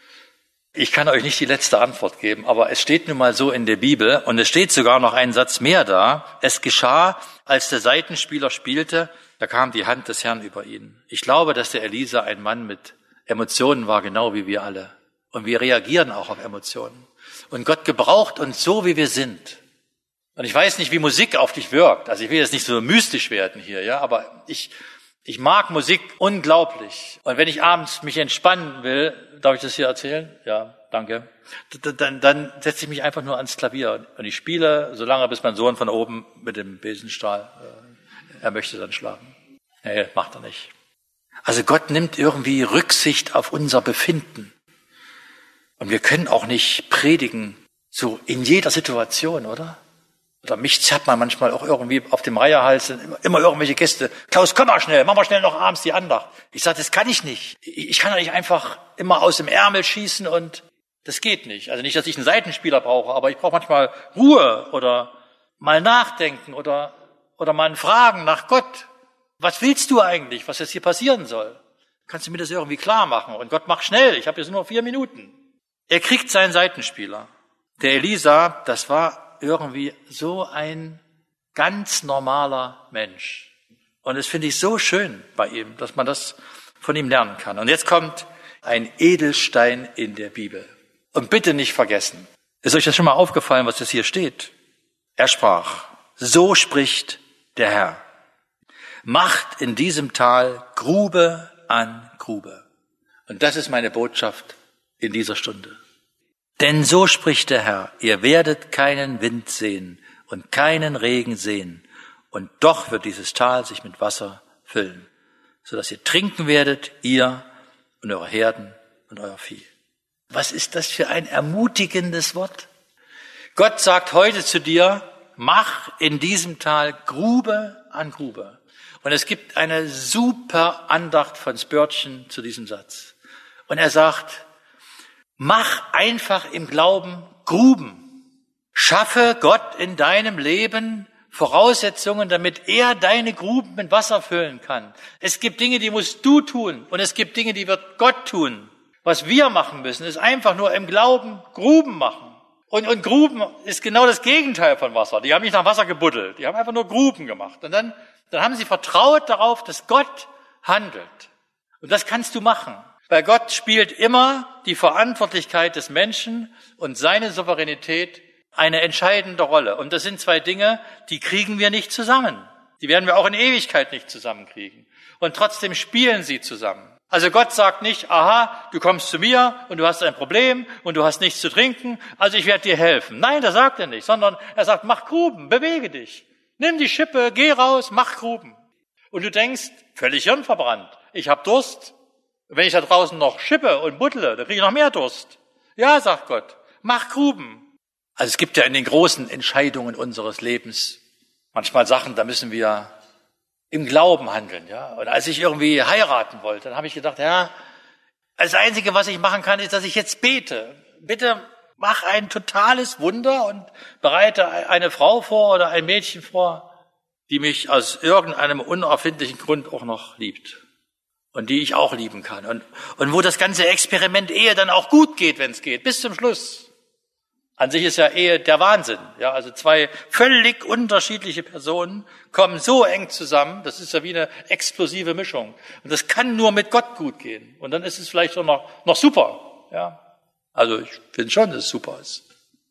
Ich kann euch nicht die letzte Antwort geben, aber es steht nun mal so in der Bibel und es steht sogar noch einen Satz mehr da. Es geschah, als der Seitenspieler spielte, da kam die Hand des Herrn über ihn. Ich glaube, dass der Elisa ein Mann mit Emotionen war, genau wie wir alle. Und wir reagieren auch auf Emotionen. Und Gott gebraucht uns so, wie wir sind. Und ich weiß nicht, wie Musik auf dich wirkt. Also ich will jetzt nicht so mystisch werden hier, ja, aber ich, ich mag Musik unglaublich. Und wenn ich abends mich entspannen will, darf ich das hier erzählen? Ja, danke. Dann, dann setze ich mich einfach nur ans Klavier und ich spiele, solange bis mein Sohn von oben mit dem Besenstahl, äh, er möchte dann schlafen. Nee, macht er nicht. Also Gott nimmt irgendwie Rücksicht auf unser Befinden. Und wir können auch nicht predigen, so in jeder Situation, oder? Oder mich zerrt man manchmal auch irgendwie auf dem Reiherhals, immer, immer irgendwelche Gäste. Klaus, komm mal schnell, mach mal schnell noch abends die Andacht. Ich sage, das kann ich nicht. Ich kann doch nicht einfach immer aus dem Ärmel schießen und das geht nicht. Also nicht, dass ich einen Seitenspieler brauche, aber ich brauche manchmal Ruhe oder mal nachdenken oder, oder mal ein Fragen nach Gott. Was willst du eigentlich, was jetzt hier passieren soll? Kannst du mir das irgendwie klar machen? Und Gott macht schnell, ich habe jetzt nur vier Minuten. Er kriegt seinen Seitenspieler. Der Elisa, das war irgendwie so ein ganz normaler Mensch. Und das finde ich so schön bei ihm, dass man das von ihm lernen kann. Und jetzt kommt ein Edelstein in der Bibel. Und bitte nicht vergessen. Ist euch das schon mal aufgefallen, was das hier steht? Er sprach, so spricht der Herr. Macht in diesem Tal Grube an Grube. Und das ist meine Botschaft in dieser Stunde. Denn so spricht der Herr, ihr werdet keinen Wind sehen und keinen Regen sehen, und doch wird dieses Tal sich mit Wasser füllen, sodass ihr trinken werdet, ihr und eure Herden und euer Vieh. Was ist das für ein ermutigendes Wort? Gott sagt heute zu dir, mach in diesem Tal Grube an Grube. Und es gibt eine super Andacht von Spurgeon zu diesem Satz. Und er sagt, mach einfach im Glauben Gruben. Schaffe Gott in deinem Leben Voraussetzungen, damit er deine Gruben mit Wasser füllen kann. Es gibt Dinge, die musst du tun und es gibt Dinge, die wird Gott tun. Was wir machen müssen, ist einfach nur im Glauben Gruben machen. Und, und Gruben ist genau das Gegenteil von Wasser. Die haben nicht nach Wasser gebuddelt, die haben einfach nur Gruben gemacht. Und dann, dann haben sie vertraut darauf, dass Gott handelt. Und das kannst du machen. Bei Gott spielt immer die Verantwortlichkeit des Menschen und seine Souveränität eine entscheidende Rolle. Und das sind zwei Dinge, die kriegen wir nicht zusammen. Die werden wir auch in Ewigkeit nicht zusammenkriegen. Und trotzdem spielen sie zusammen. Also Gott sagt nicht, aha, du kommst zu mir und du hast ein Problem und du hast nichts zu trinken, also ich werde dir helfen. Nein, das sagt er nicht, sondern er sagt, mach Gruben, bewege dich. Nimm die Schippe, geh raus, mach Gruben. Und du denkst, völlig hirnverbrannt, ich habe Durst. Wenn ich da draußen noch schippe und buddle, dann kriege ich noch mehr Durst. Ja, sagt Gott, mach Gruben. Also es gibt ja in den großen Entscheidungen unseres Lebens manchmal Sachen, da müssen wir im Glauben handeln. Ja. Und als ich irgendwie heiraten wollte, dann habe ich gedacht, ja, das Einzige, was ich machen kann, ist, dass ich jetzt bete. Bitte mach ein totales Wunder und bereite eine Frau vor oder ein Mädchen vor, die mich aus irgendeinem unerfindlichen Grund auch noch liebt. Und die ich auch lieben kann. Und, und wo das ganze Experiment Ehe dann auch gut geht, wenn es geht, bis zum Schluss. An sich ist ja Ehe der Wahnsinn. Ja, also zwei völlig unterschiedliche Personen kommen so eng zusammen, das ist ja wie eine explosive Mischung. Und das kann nur mit Gott gut gehen. Und dann ist es vielleicht auch noch, noch super. Ja, also ich finde schon, dass es super ist.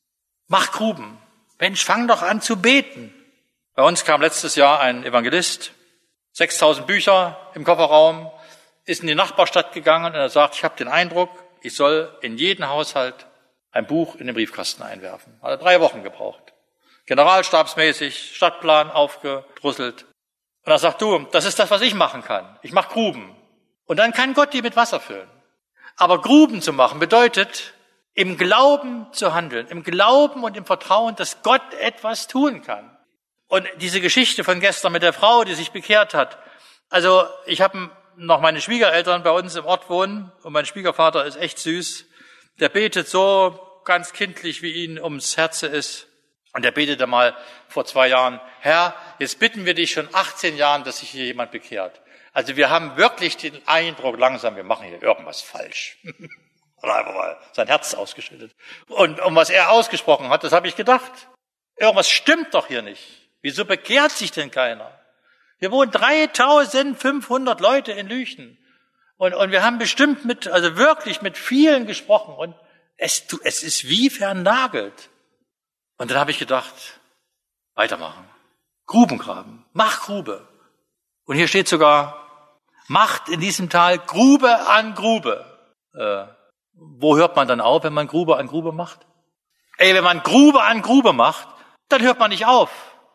Mach Gruben. Mensch, fang doch an zu beten. Bei uns kam letztes Jahr ein Evangelist, sechstausend Bücher im Kofferraum, ist in die Nachbarstadt gegangen und er sagt, ich habe den Eindruck, ich soll in jeden Haushalt ein Buch in den Briefkasten einwerfen. Hat er drei Wochen gebraucht. Generalstabsmäßig, Stadtplan aufgedrusselt. Und er sagt, du, das ist das, was ich machen kann. Ich mache Gruben. Und dann kann Gott die mit Wasser füllen. Aber Gruben zu machen bedeutet, im Glauben zu handeln, im Glauben und im Vertrauen, dass Gott etwas tun kann. Und diese Geschichte von gestern mit der Frau, die sich bekehrt hat, also ich habe noch meine Schwiegereltern bei uns im Ort wohnen und mein Schwiegervater ist echt süß. Der betet so ganz kindlich, wie ihm ums Herz ist. Und er betete mal vor zwei Jahren, Herr, jetzt bitten wir dich schon achtzehn Jahren, dass sich hier jemand bekehrt. Also wir haben wirklich den Eindruck langsam, wir machen hier irgendwas falsch. Hat einfach mal sein Herz ausgeschüttet. Und um was er ausgesprochen hat, das habe ich gedacht. Irgendwas stimmt doch hier nicht. Wieso bekehrt sich denn keiner? Hier wohnen dreitausendfünfhundert Leute in Lüchen. Und, und wir haben bestimmt mit, also wirklich mit vielen gesprochen. Und es, es ist wie vernagelt. Und dann habe ich gedacht, weitermachen. Gruben graben. Mach Grube. Und hier steht sogar, macht in diesem Tal Grube an Grube. Äh, wo hört man dann auf, wenn man Grube an Grube macht? Ey, wenn man Grube an Grube macht, dann hört man nicht auf.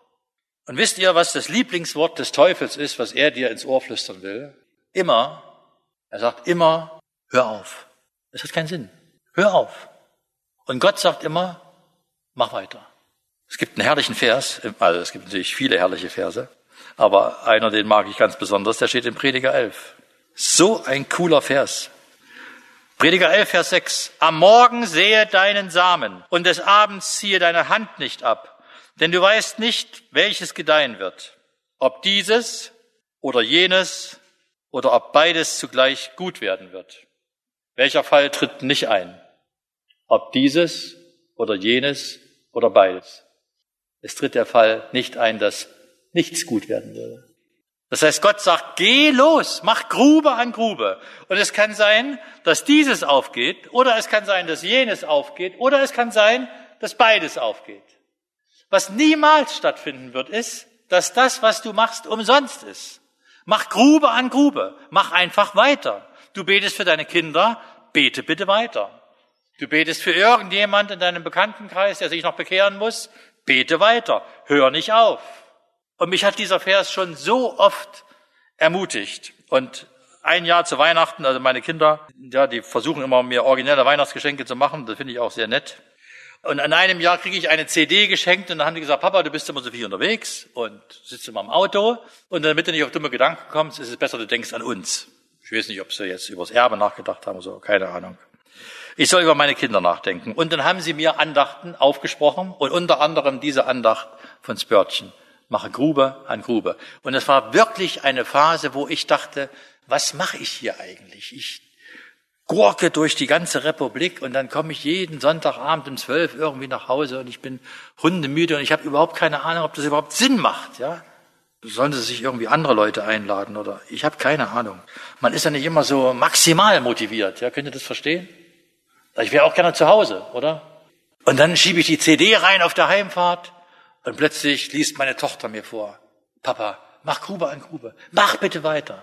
Und wisst ihr, was das Lieblingswort des Teufels ist, was er dir ins Ohr flüstern will? Immer. Er sagt immer, hör auf. Das hat keinen Sinn. Hör auf. Und Gott sagt immer, mach weiter. Es gibt einen herrlichen Vers, also es gibt natürlich viele herrliche Verse, aber einer, den mag ich ganz besonders, der steht in Prediger elf. So ein cooler Vers. Prediger elf, Vers sechs. Am Morgen sähe deinen Samen und des Abends ziehe deine Hand nicht ab, denn du weißt nicht, welches gedeihen wird. Ob dieses oder jenes oder ob beides zugleich gut werden wird. Welcher Fall tritt nicht ein? Ob dieses oder jenes oder beides. Es tritt der Fall nicht ein, dass nichts gut werden würde. Das heißt, Gott sagt, geh los, mach Grube an Grube. Und es kann sein, dass dieses aufgeht, oder es kann sein, dass jenes aufgeht, oder es kann sein, dass beides aufgeht. Was niemals stattfinden wird, ist, dass das, was du machst, umsonst ist. Mach Grube an Grube, mach einfach weiter. Du betest für deine Kinder, bete bitte weiter. Du betest für irgendjemand in deinem Bekanntenkreis, der sich noch bekehren muss, bete weiter, hör nicht auf. Und mich hat dieser Vers schon so oft ermutigt. Und ein Jahr zu Weihnachten, also meine Kinder, ja, die versuchen immer, mir originelle Weihnachtsgeschenke zu machen, das finde ich auch sehr nett. Und an einem Jahr kriege ich eine C D geschenkt und dann haben die gesagt, Papa, du bist immer so viel unterwegs und sitzt immer im Auto und damit du nicht auf dumme Gedanken kommst, ist es besser, du denkst an uns. Ich weiß nicht, ob sie jetzt über das Erbe nachgedacht haben oder so, keine Ahnung. Ich soll über meine Kinder nachdenken. Und dann haben sie mir Andachten aufgesprochen und unter anderem diese Andacht von Spörtchen. Mache Grube an Grube. Und es war wirklich eine Phase, wo ich dachte, was mache ich hier eigentlich? Ich gurke durch die ganze Republik und dann komme ich jeden Sonntagabend um zwölf irgendwie nach Hause und ich bin hundemüde und ich habe überhaupt keine Ahnung, ob das überhaupt Sinn macht. Ja, sollen sie sich irgendwie andere Leute einladen oder ich habe keine Ahnung. Man ist ja nicht immer so maximal motiviert. Ja, könnt ihr das verstehen? Ich wäre auch gerne zu Hause, oder? Und dann schiebe ich die C D rein auf der Heimfahrt und plötzlich liest meine Tochter mir vor, Papa, mach Grube an Grube, mach bitte weiter.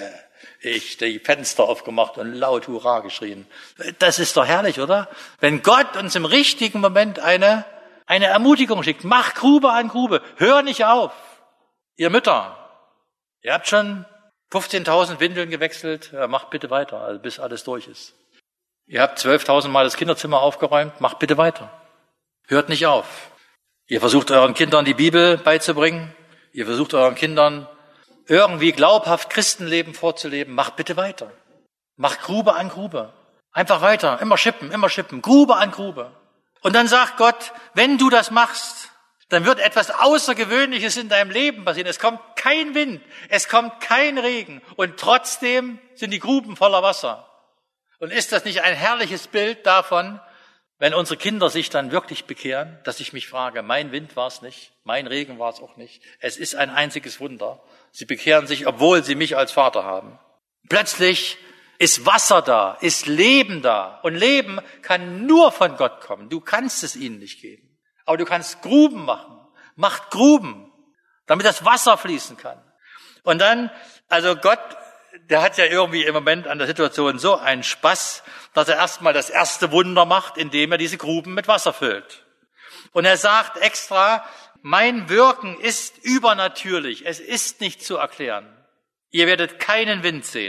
Ich die Fenster aufgemacht und laut Hurra geschrien. Das ist doch herrlich, oder? Wenn Gott uns im richtigen Moment eine, eine Ermutigung schickt, mach Grube an Grube, hör nicht auf. Ihr Mütter, ihr habt schon fünfzehntausend Windeln gewechselt, ja, macht bitte weiter, also bis alles durch ist. Ihr habt zwölftausend Mal das Kinderzimmer aufgeräumt, macht bitte weiter. Hört nicht auf. Ihr versucht euren Kindern die Bibel beizubringen. Ihr versucht euren Kindern irgendwie glaubhaft Christenleben vorzuleben. Macht bitte weiter. Macht Grube an Grube. Einfach weiter. Immer schippen, immer schippen. Grube an Grube. Und dann sagt Gott, wenn du das machst, dann wird etwas Außergewöhnliches in deinem Leben passieren. Es kommt kein Wind. Es kommt kein Regen. Und trotzdem sind die Gruben voller Wasser. Und ist das nicht ein herrliches Bild davon, wenn unsere Kinder sich dann wirklich bekehren, dass ich mich frage, mein Wind war es nicht, mein Regen war es auch nicht. Es ist ein einziges Wunder. Sie bekehren sich, obwohl sie mich als Vater haben. Plötzlich ist Wasser da, ist Leben da. Und Leben kann nur von Gott kommen. Du kannst es ihnen nicht geben. Aber du kannst Gruben machen. Macht Gruben, damit das Wasser fließen kann. Und dann, also Gott, der hat ja irgendwie im Moment an der Situation so einen Spaß, dass er erstmal das erste Wunder macht, indem er diese Gruben mit Wasser füllt. Und er sagt extra, mein Wirken ist übernatürlich, es ist nicht zu erklären. Ihr werdet keinen Wind sehen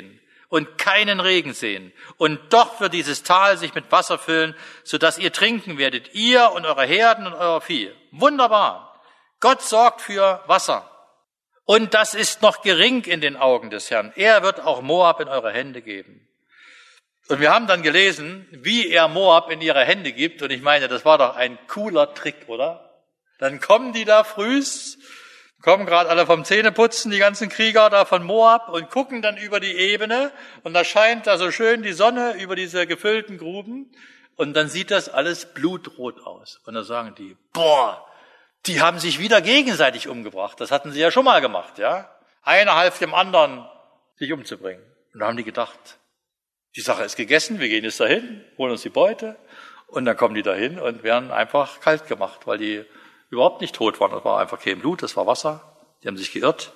und keinen Regen sehen. Und doch wird dieses Tal sich mit Wasser füllen, sodass ihr trinken werdet, ihr und eure Herden und euer Vieh. Wunderbar. Gott sorgt für Wasser. Und das ist noch gering in den Augen des Herrn. Er wird auch Moab in eure Hände geben. Und wir haben dann gelesen, wie er Moab in ihre Hände gibt. Und ich meine, das war doch ein cooler Trick, oder? Dann kommen die da frühs, kommen gerade alle vom Zähneputzen, die ganzen Krieger da von Moab und gucken dann über die Ebene. Und da scheint da so schön die Sonne über diese gefüllten Gruben. Und dann sieht das alles blutrot aus. Und dann sagen die, boah, die haben sich wieder gegenseitig umgebracht. Das hatten sie ja schon mal gemacht, ja. Einer half dem anderen, sich umzubringen. Und da haben die gedacht, die Sache ist gegessen, wir gehen jetzt dahin, holen uns die Beute. Und dann kommen die dahin und werden einfach kalt gemacht, weil die überhaupt nicht tot waren. Das war einfach kein Blut, das war Wasser. Die haben sich geirrt.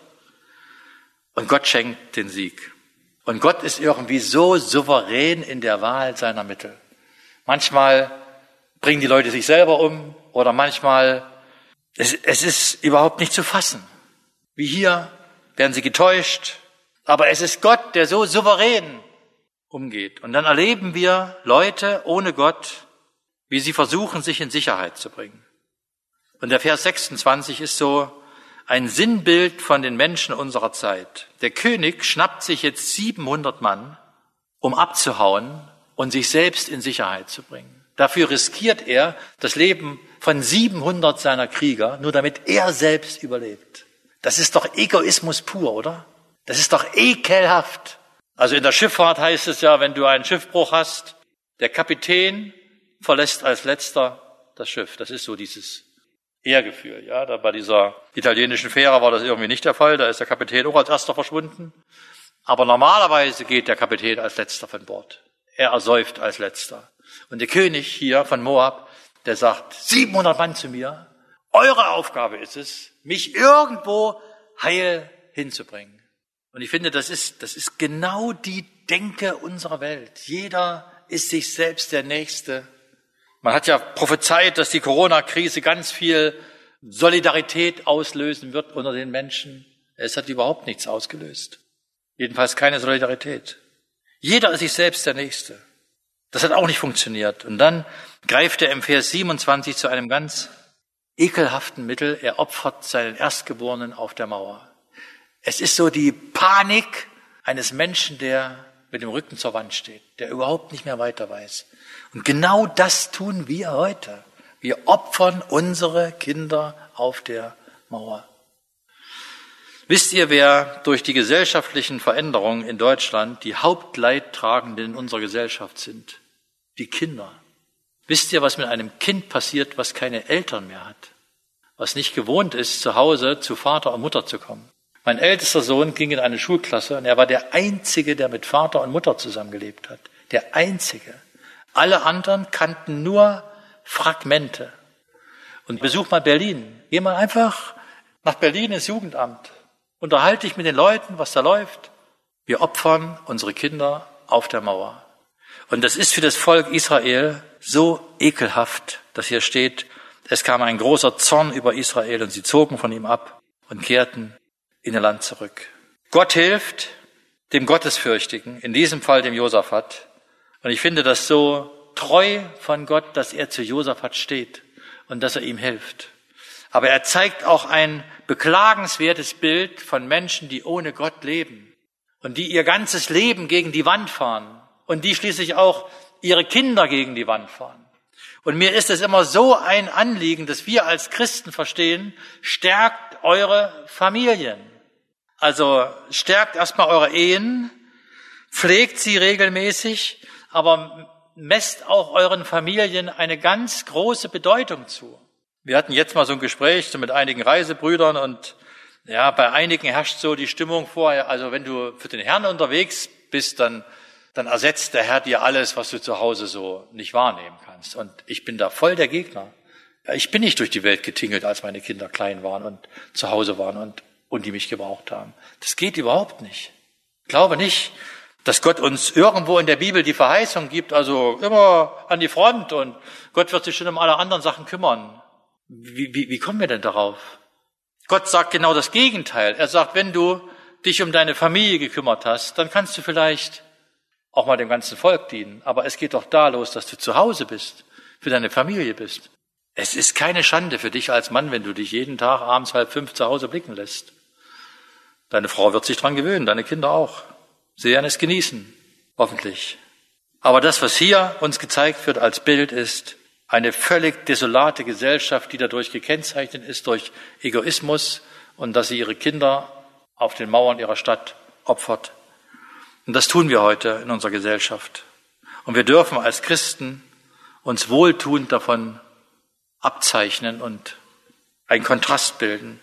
Und Gott schenkt den Sieg. Und Gott ist irgendwie so souverän in der Wahl seiner Mittel. Manchmal bringen die Leute sich selber um oder manchmal Es, es ist überhaupt nicht zu fassen. Wie hier werden sie getäuscht, aber es ist Gott, der so souverän umgeht. Und dann erleben wir Leute ohne Gott, wie sie versuchen, sich in Sicherheit zu bringen. Und der Vers sechsundzwanzig ist so ein Sinnbild von den Menschen unserer Zeit. Der König schnappt sich jetzt siebenhundert Mann, um abzuhauen und sich selbst in Sicherheit zu bringen. Dafür riskiert er das Leben von siebenhundert seiner Krieger, nur damit er selbst überlebt. Das ist doch Egoismus pur, oder? Das ist doch ekelhaft. Also in der Schifffahrt heißt es ja, wenn du einen Schiffbruch hast, der Kapitän verlässt als letzter das Schiff. Das ist so dieses Ehrgefühl. Ja, da bei dieser italienischen Fähre war das irgendwie nicht der Fall. Da ist der Kapitän auch als erster verschwunden. Aber normalerweise geht der Kapitän als letzter von Bord. Er ersäuft als letzter. Und der König hier von Moab, der sagt, siebenhundert Mann zu mir, eure Aufgabe ist es, mich irgendwo heil hinzubringen. Und ich finde, das ist, das ist genau die Denke unserer Welt. Jeder ist sich selbst der Nächste. Man hat ja prophezeit, dass die Corona-Krise ganz viel Solidarität auslösen wird unter den Menschen. Es hat überhaupt nichts ausgelöst. Jedenfalls keine Solidarität. Jeder ist sich selbst der Nächste. Das hat auch nicht funktioniert. Und dann greift er im Vers siebenundzwanzig zu einem ganz ekelhaften Mittel. Er opfert seinen Erstgeborenen auf der Mauer. Es ist so die Panik eines Menschen, der mit dem Rücken zur Wand steht, der überhaupt nicht mehr weiter weiß. Und genau das tun wir heute. Wir opfern unsere Kinder auf der Mauer. Wisst ihr, wer durch die gesellschaftlichen Veränderungen in Deutschland die Hauptleidtragenden in unserer Gesellschaft sind? Die Kinder. Wisst ihr, was mit einem Kind passiert, was keine Eltern mehr hat? Was nicht gewohnt ist, zu Hause zu Vater und Mutter zu kommen? Mein ältester Sohn ging in eine Schulklasse und er war der Einzige, der mit Vater und Mutter zusammengelebt hat. Der Einzige. Alle anderen kannten nur Fragmente. Und besuch mal Berlin. Geh mal einfach nach Berlin ins Jugendamt. Unterhalte dich mit den Leuten, was da läuft. Wir opfern unsere Kinder auf der Mauer. Und das ist für das Volk Israel so ekelhaft, dass hier steht, es kam ein großer Zorn über Israel und sie zogen von ihm ab und kehrten in ihr Land zurück. Gott hilft dem Gottesfürchtigen, in diesem Fall dem Josaphat. Und ich finde das so treu von Gott, dass er zu Josaphat steht und dass er ihm hilft. Aber er zeigt auch ein beklagenswertes Bild von Menschen, die ohne Gott leben und die ihr ganzes Leben gegen die Wand fahren und die schließlich auch ihre Kinder gegen die Wand fahren. Und mir ist es immer so ein Anliegen, dass wir als Christen verstehen, stärkt eure Familien. Also stärkt erstmal eure Ehen, pflegt sie regelmäßig, aber messt auch euren Familien eine ganz große Bedeutung zu. Wir hatten jetzt mal so ein Gespräch so mit einigen Reisebrüdern und ja, bei einigen herrscht so die Stimmung vor, also wenn du für den Herrn unterwegs bist, dann, dann ersetzt der Herr dir alles, was du zu Hause so nicht wahrnehmen kannst. Und ich bin da voll der Gegner. Ich bin nicht durch die Welt getingelt, als meine Kinder klein waren und zu Hause waren und, und die mich gebraucht haben. Das geht überhaupt nicht. Ich glaube nicht, dass Gott uns irgendwo in der Bibel die Verheißung gibt, also immer an die Front und Gott wird sich schon um alle anderen Sachen kümmern. Wie, wie, wie kommen wir denn darauf? Gott sagt genau das Gegenteil. Er sagt, wenn du dich um deine Familie gekümmert hast, dann kannst du vielleicht auch mal dem ganzen Volk dienen. Aber es geht doch da los, dass du zu Hause bist, für deine Familie bist. Es ist keine Schande für dich als Mann, wenn du dich jeden Tag abends halb fünf zu Hause blicken lässt. Deine Frau wird sich dran gewöhnen, deine Kinder auch. Sie werden es genießen, hoffentlich. Aber das, was hier uns gezeigt wird als Bild, ist eine völlig desolate Gesellschaft, die dadurch gekennzeichnet ist durch Egoismus und dass sie ihre Kinder auf den Mauern ihrer Stadt opfert. Und das tun wir heute in unserer Gesellschaft. Und wir dürfen als Christen uns wohltuend davon abzeichnen und einen Kontrast bilden.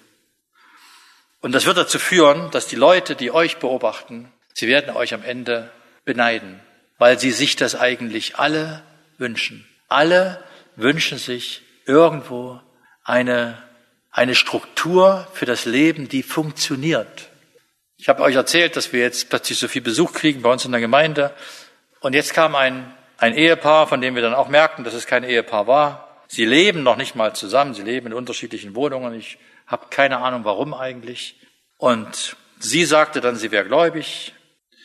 Und das wird dazu führen, dass die Leute, die euch beobachten, sie werden euch am Ende beneiden, weil sie sich das eigentlich alle wünschen. Alle wünschen sich irgendwo eine, eine Struktur für das Leben, die funktioniert. Ich habe euch erzählt, dass wir jetzt plötzlich so viel Besuch kriegen bei uns in der Gemeinde. Und jetzt kam ein, ein Ehepaar, von dem wir dann auch merkten, dass es kein Ehepaar war. Sie leben noch nicht mal zusammen, sie leben in unterschiedlichen Wohnungen. Ich habe keine Ahnung, warum eigentlich. Und sie sagte dann, sie wäre gläubig.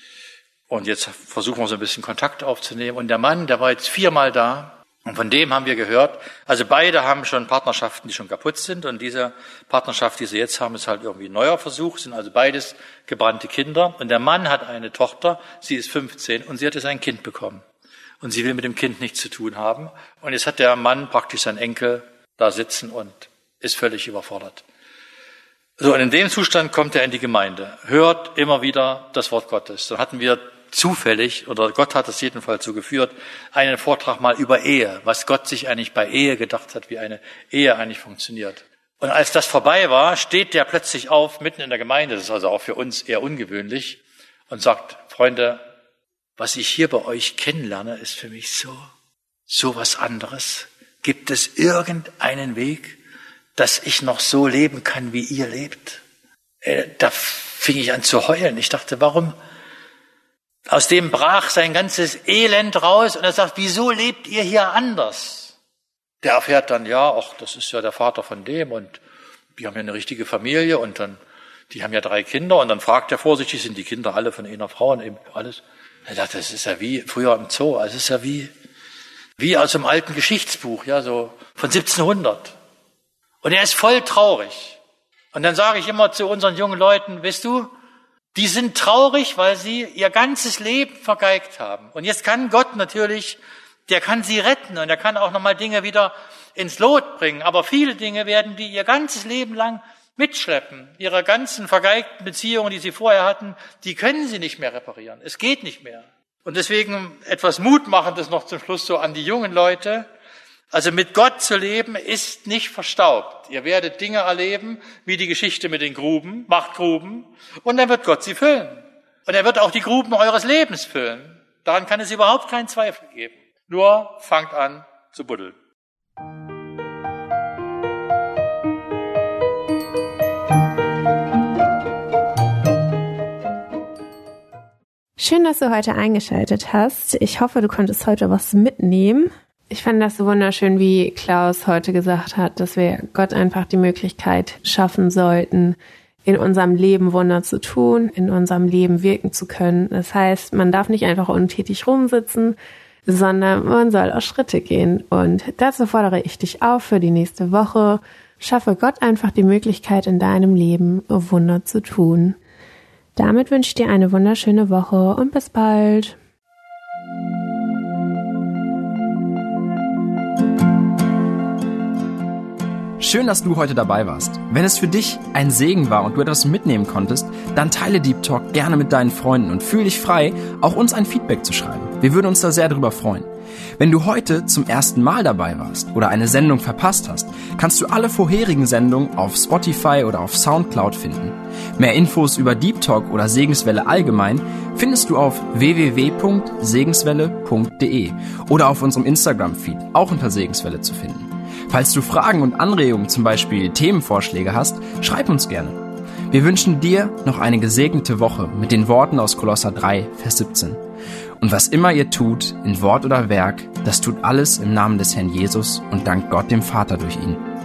Und jetzt versuchen wir so ein bisschen Kontakt aufzunehmen. Und der Mann, der war jetzt viermal da. Und von dem haben wir gehört, also beide haben schon Partnerschaften, die schon kaputt sind. Und diese Partnerschaft, die sie jetzt haben, ist halt irgendwie ein neuer Versuch. Sind also beides gebrannte Kinder. Und der Mann hat eine Tochter, sie ist fünfzehn und sie hat jetzt ein Kind bekommen. Und sie will mit dem Kind nichts zu tun haben. Und jetzt hat der Mann praktisch seinen Enkel da sitzen und ist völlig überfordert. So, und in dem Zustand kommt er in die Gemeinde, hört immer wieder das Wort Gottes. Dann hatten wir zufällig, oder Gott hat es jedenfalls so geführt, einen Vortrag mal über Ehe, was Gott sich eigentlich bei Ehe gedacht hat, wie eine Ehe eigentlich funktioniert. Und als das vorbei war, steht der plötzlich auf, mitten in der Gemeinde, das ist also auch für uns eher ungewöhnlich, und sagt, Freunde, was ich hier bei euch kennenlerne, ist für mich so, so was anderes. Gibt es irgendeinen Weg, dass ich noch so leben kann, wie ihr lebt? Äh, da fing ich an zu heulen. Ich dachte, warum? Aus dem brach sein ganzes Elend raus und er sagt, wieso lebt ihr hier anders? Der erfährt dann, ja, ach, das ist ja der Vater von dem und die haben ja eine richtige Familie und dann, die haben ja drei Kinder und dann fragt er vorsichtig, sind die Kinder alle von einer Frau und eben alles? Er sagt, das ist ja wie früher im Zoo, also es ist ja wie, wie aus einem alten Geschichtsbuch, ja, so von siebzehnhundert. Und er ist voll traurig. Und dann sage ich immer zu unseren jungen Leuten, weißt du, die sind traurig, weil sie ihr ganzes Leben vergeigt haben. Und jetzt kann Gott natürlich, der kann sie retten und er kann auch nochmal Dinge wieder ins Lot bringen. Aber viele Dinge werden die ihr ganzes Leben lang mitschleppen. Ihre ganzen vergeigten Beziehungen, die sie vorher hatten, die können sie nicht mehr reparieren. Es geht nicht mehr. Und deswegen etwas Mutmachendes noch zum Schluss so an die jungen Leute. Also mit Gott zu leben ist nicht verstaubt. Ihr werdet Dinge erleben, wie die Geschichte mit den Gruben, Machtgruben, und dann wird Gott sie füllen. Und er wird auch die Gruben eures Lebens füllen. Daran kann es überhaupt keinen Zweifel geben. Nur fangt an zu buddeln. Schön, dass du heute eingeschaltet hast. Ich hoffe, du konntest heute was mitnehmen. Ich fand das so wunderschön, wie Klaus heute gesagt hat, dass wir Gott einfach die Möglichkeit schaffen sollten, in unserem Leben Wunder zu tun, in unserem Leben wirken zu können. Das heißt, man darf nicht einfach untätig rumsitzen, sondern man soll auch Schritte gehen. Und dazu fordere ich dich auf für die nächste Woche. Schaffe Gott einfach die Möglichkeit, in deinem Leben Wunder zu tun. Damit wünsche ich dir eine wunderschöne Woche und bis bald. Schön, dass du heute dabei warst. Wenn es für dich ein Segen war und du etwas mitnehmen konntest, dann teile Deep Talk gerne mit deinen Freunden und fühl dich frei, auch uns ein Feedback zu schreiben. Wir würden uns da sehr darüber freuen. Wenn du heute zum ersten Mal dabei warst oder eine Sendung verpasst hast, kannst du alle vorherigen Sendungen auf Spotify oder auf Soundcloud finden. Mehr Infos über Deep Talk oder Segenswelle allgemein findest du auf w w w punkt segenswelle punkt d e oder auf unserem Instagram-Feed, auch unter Segenswelle zu finden. Falls du Fragen und Anregungen, zum Beispiel Themenvorschläge hast, schreib uns gerne. Wir wünschen dir noch eine gesegnete Woche mit den Worten aus Kolosser drei, Vers siebzehn. Und was immer ihr tut, in Wort oder Werk, das tut alles im Namen des Herrn Jesus und dankt Gott dem Vater durch ihn.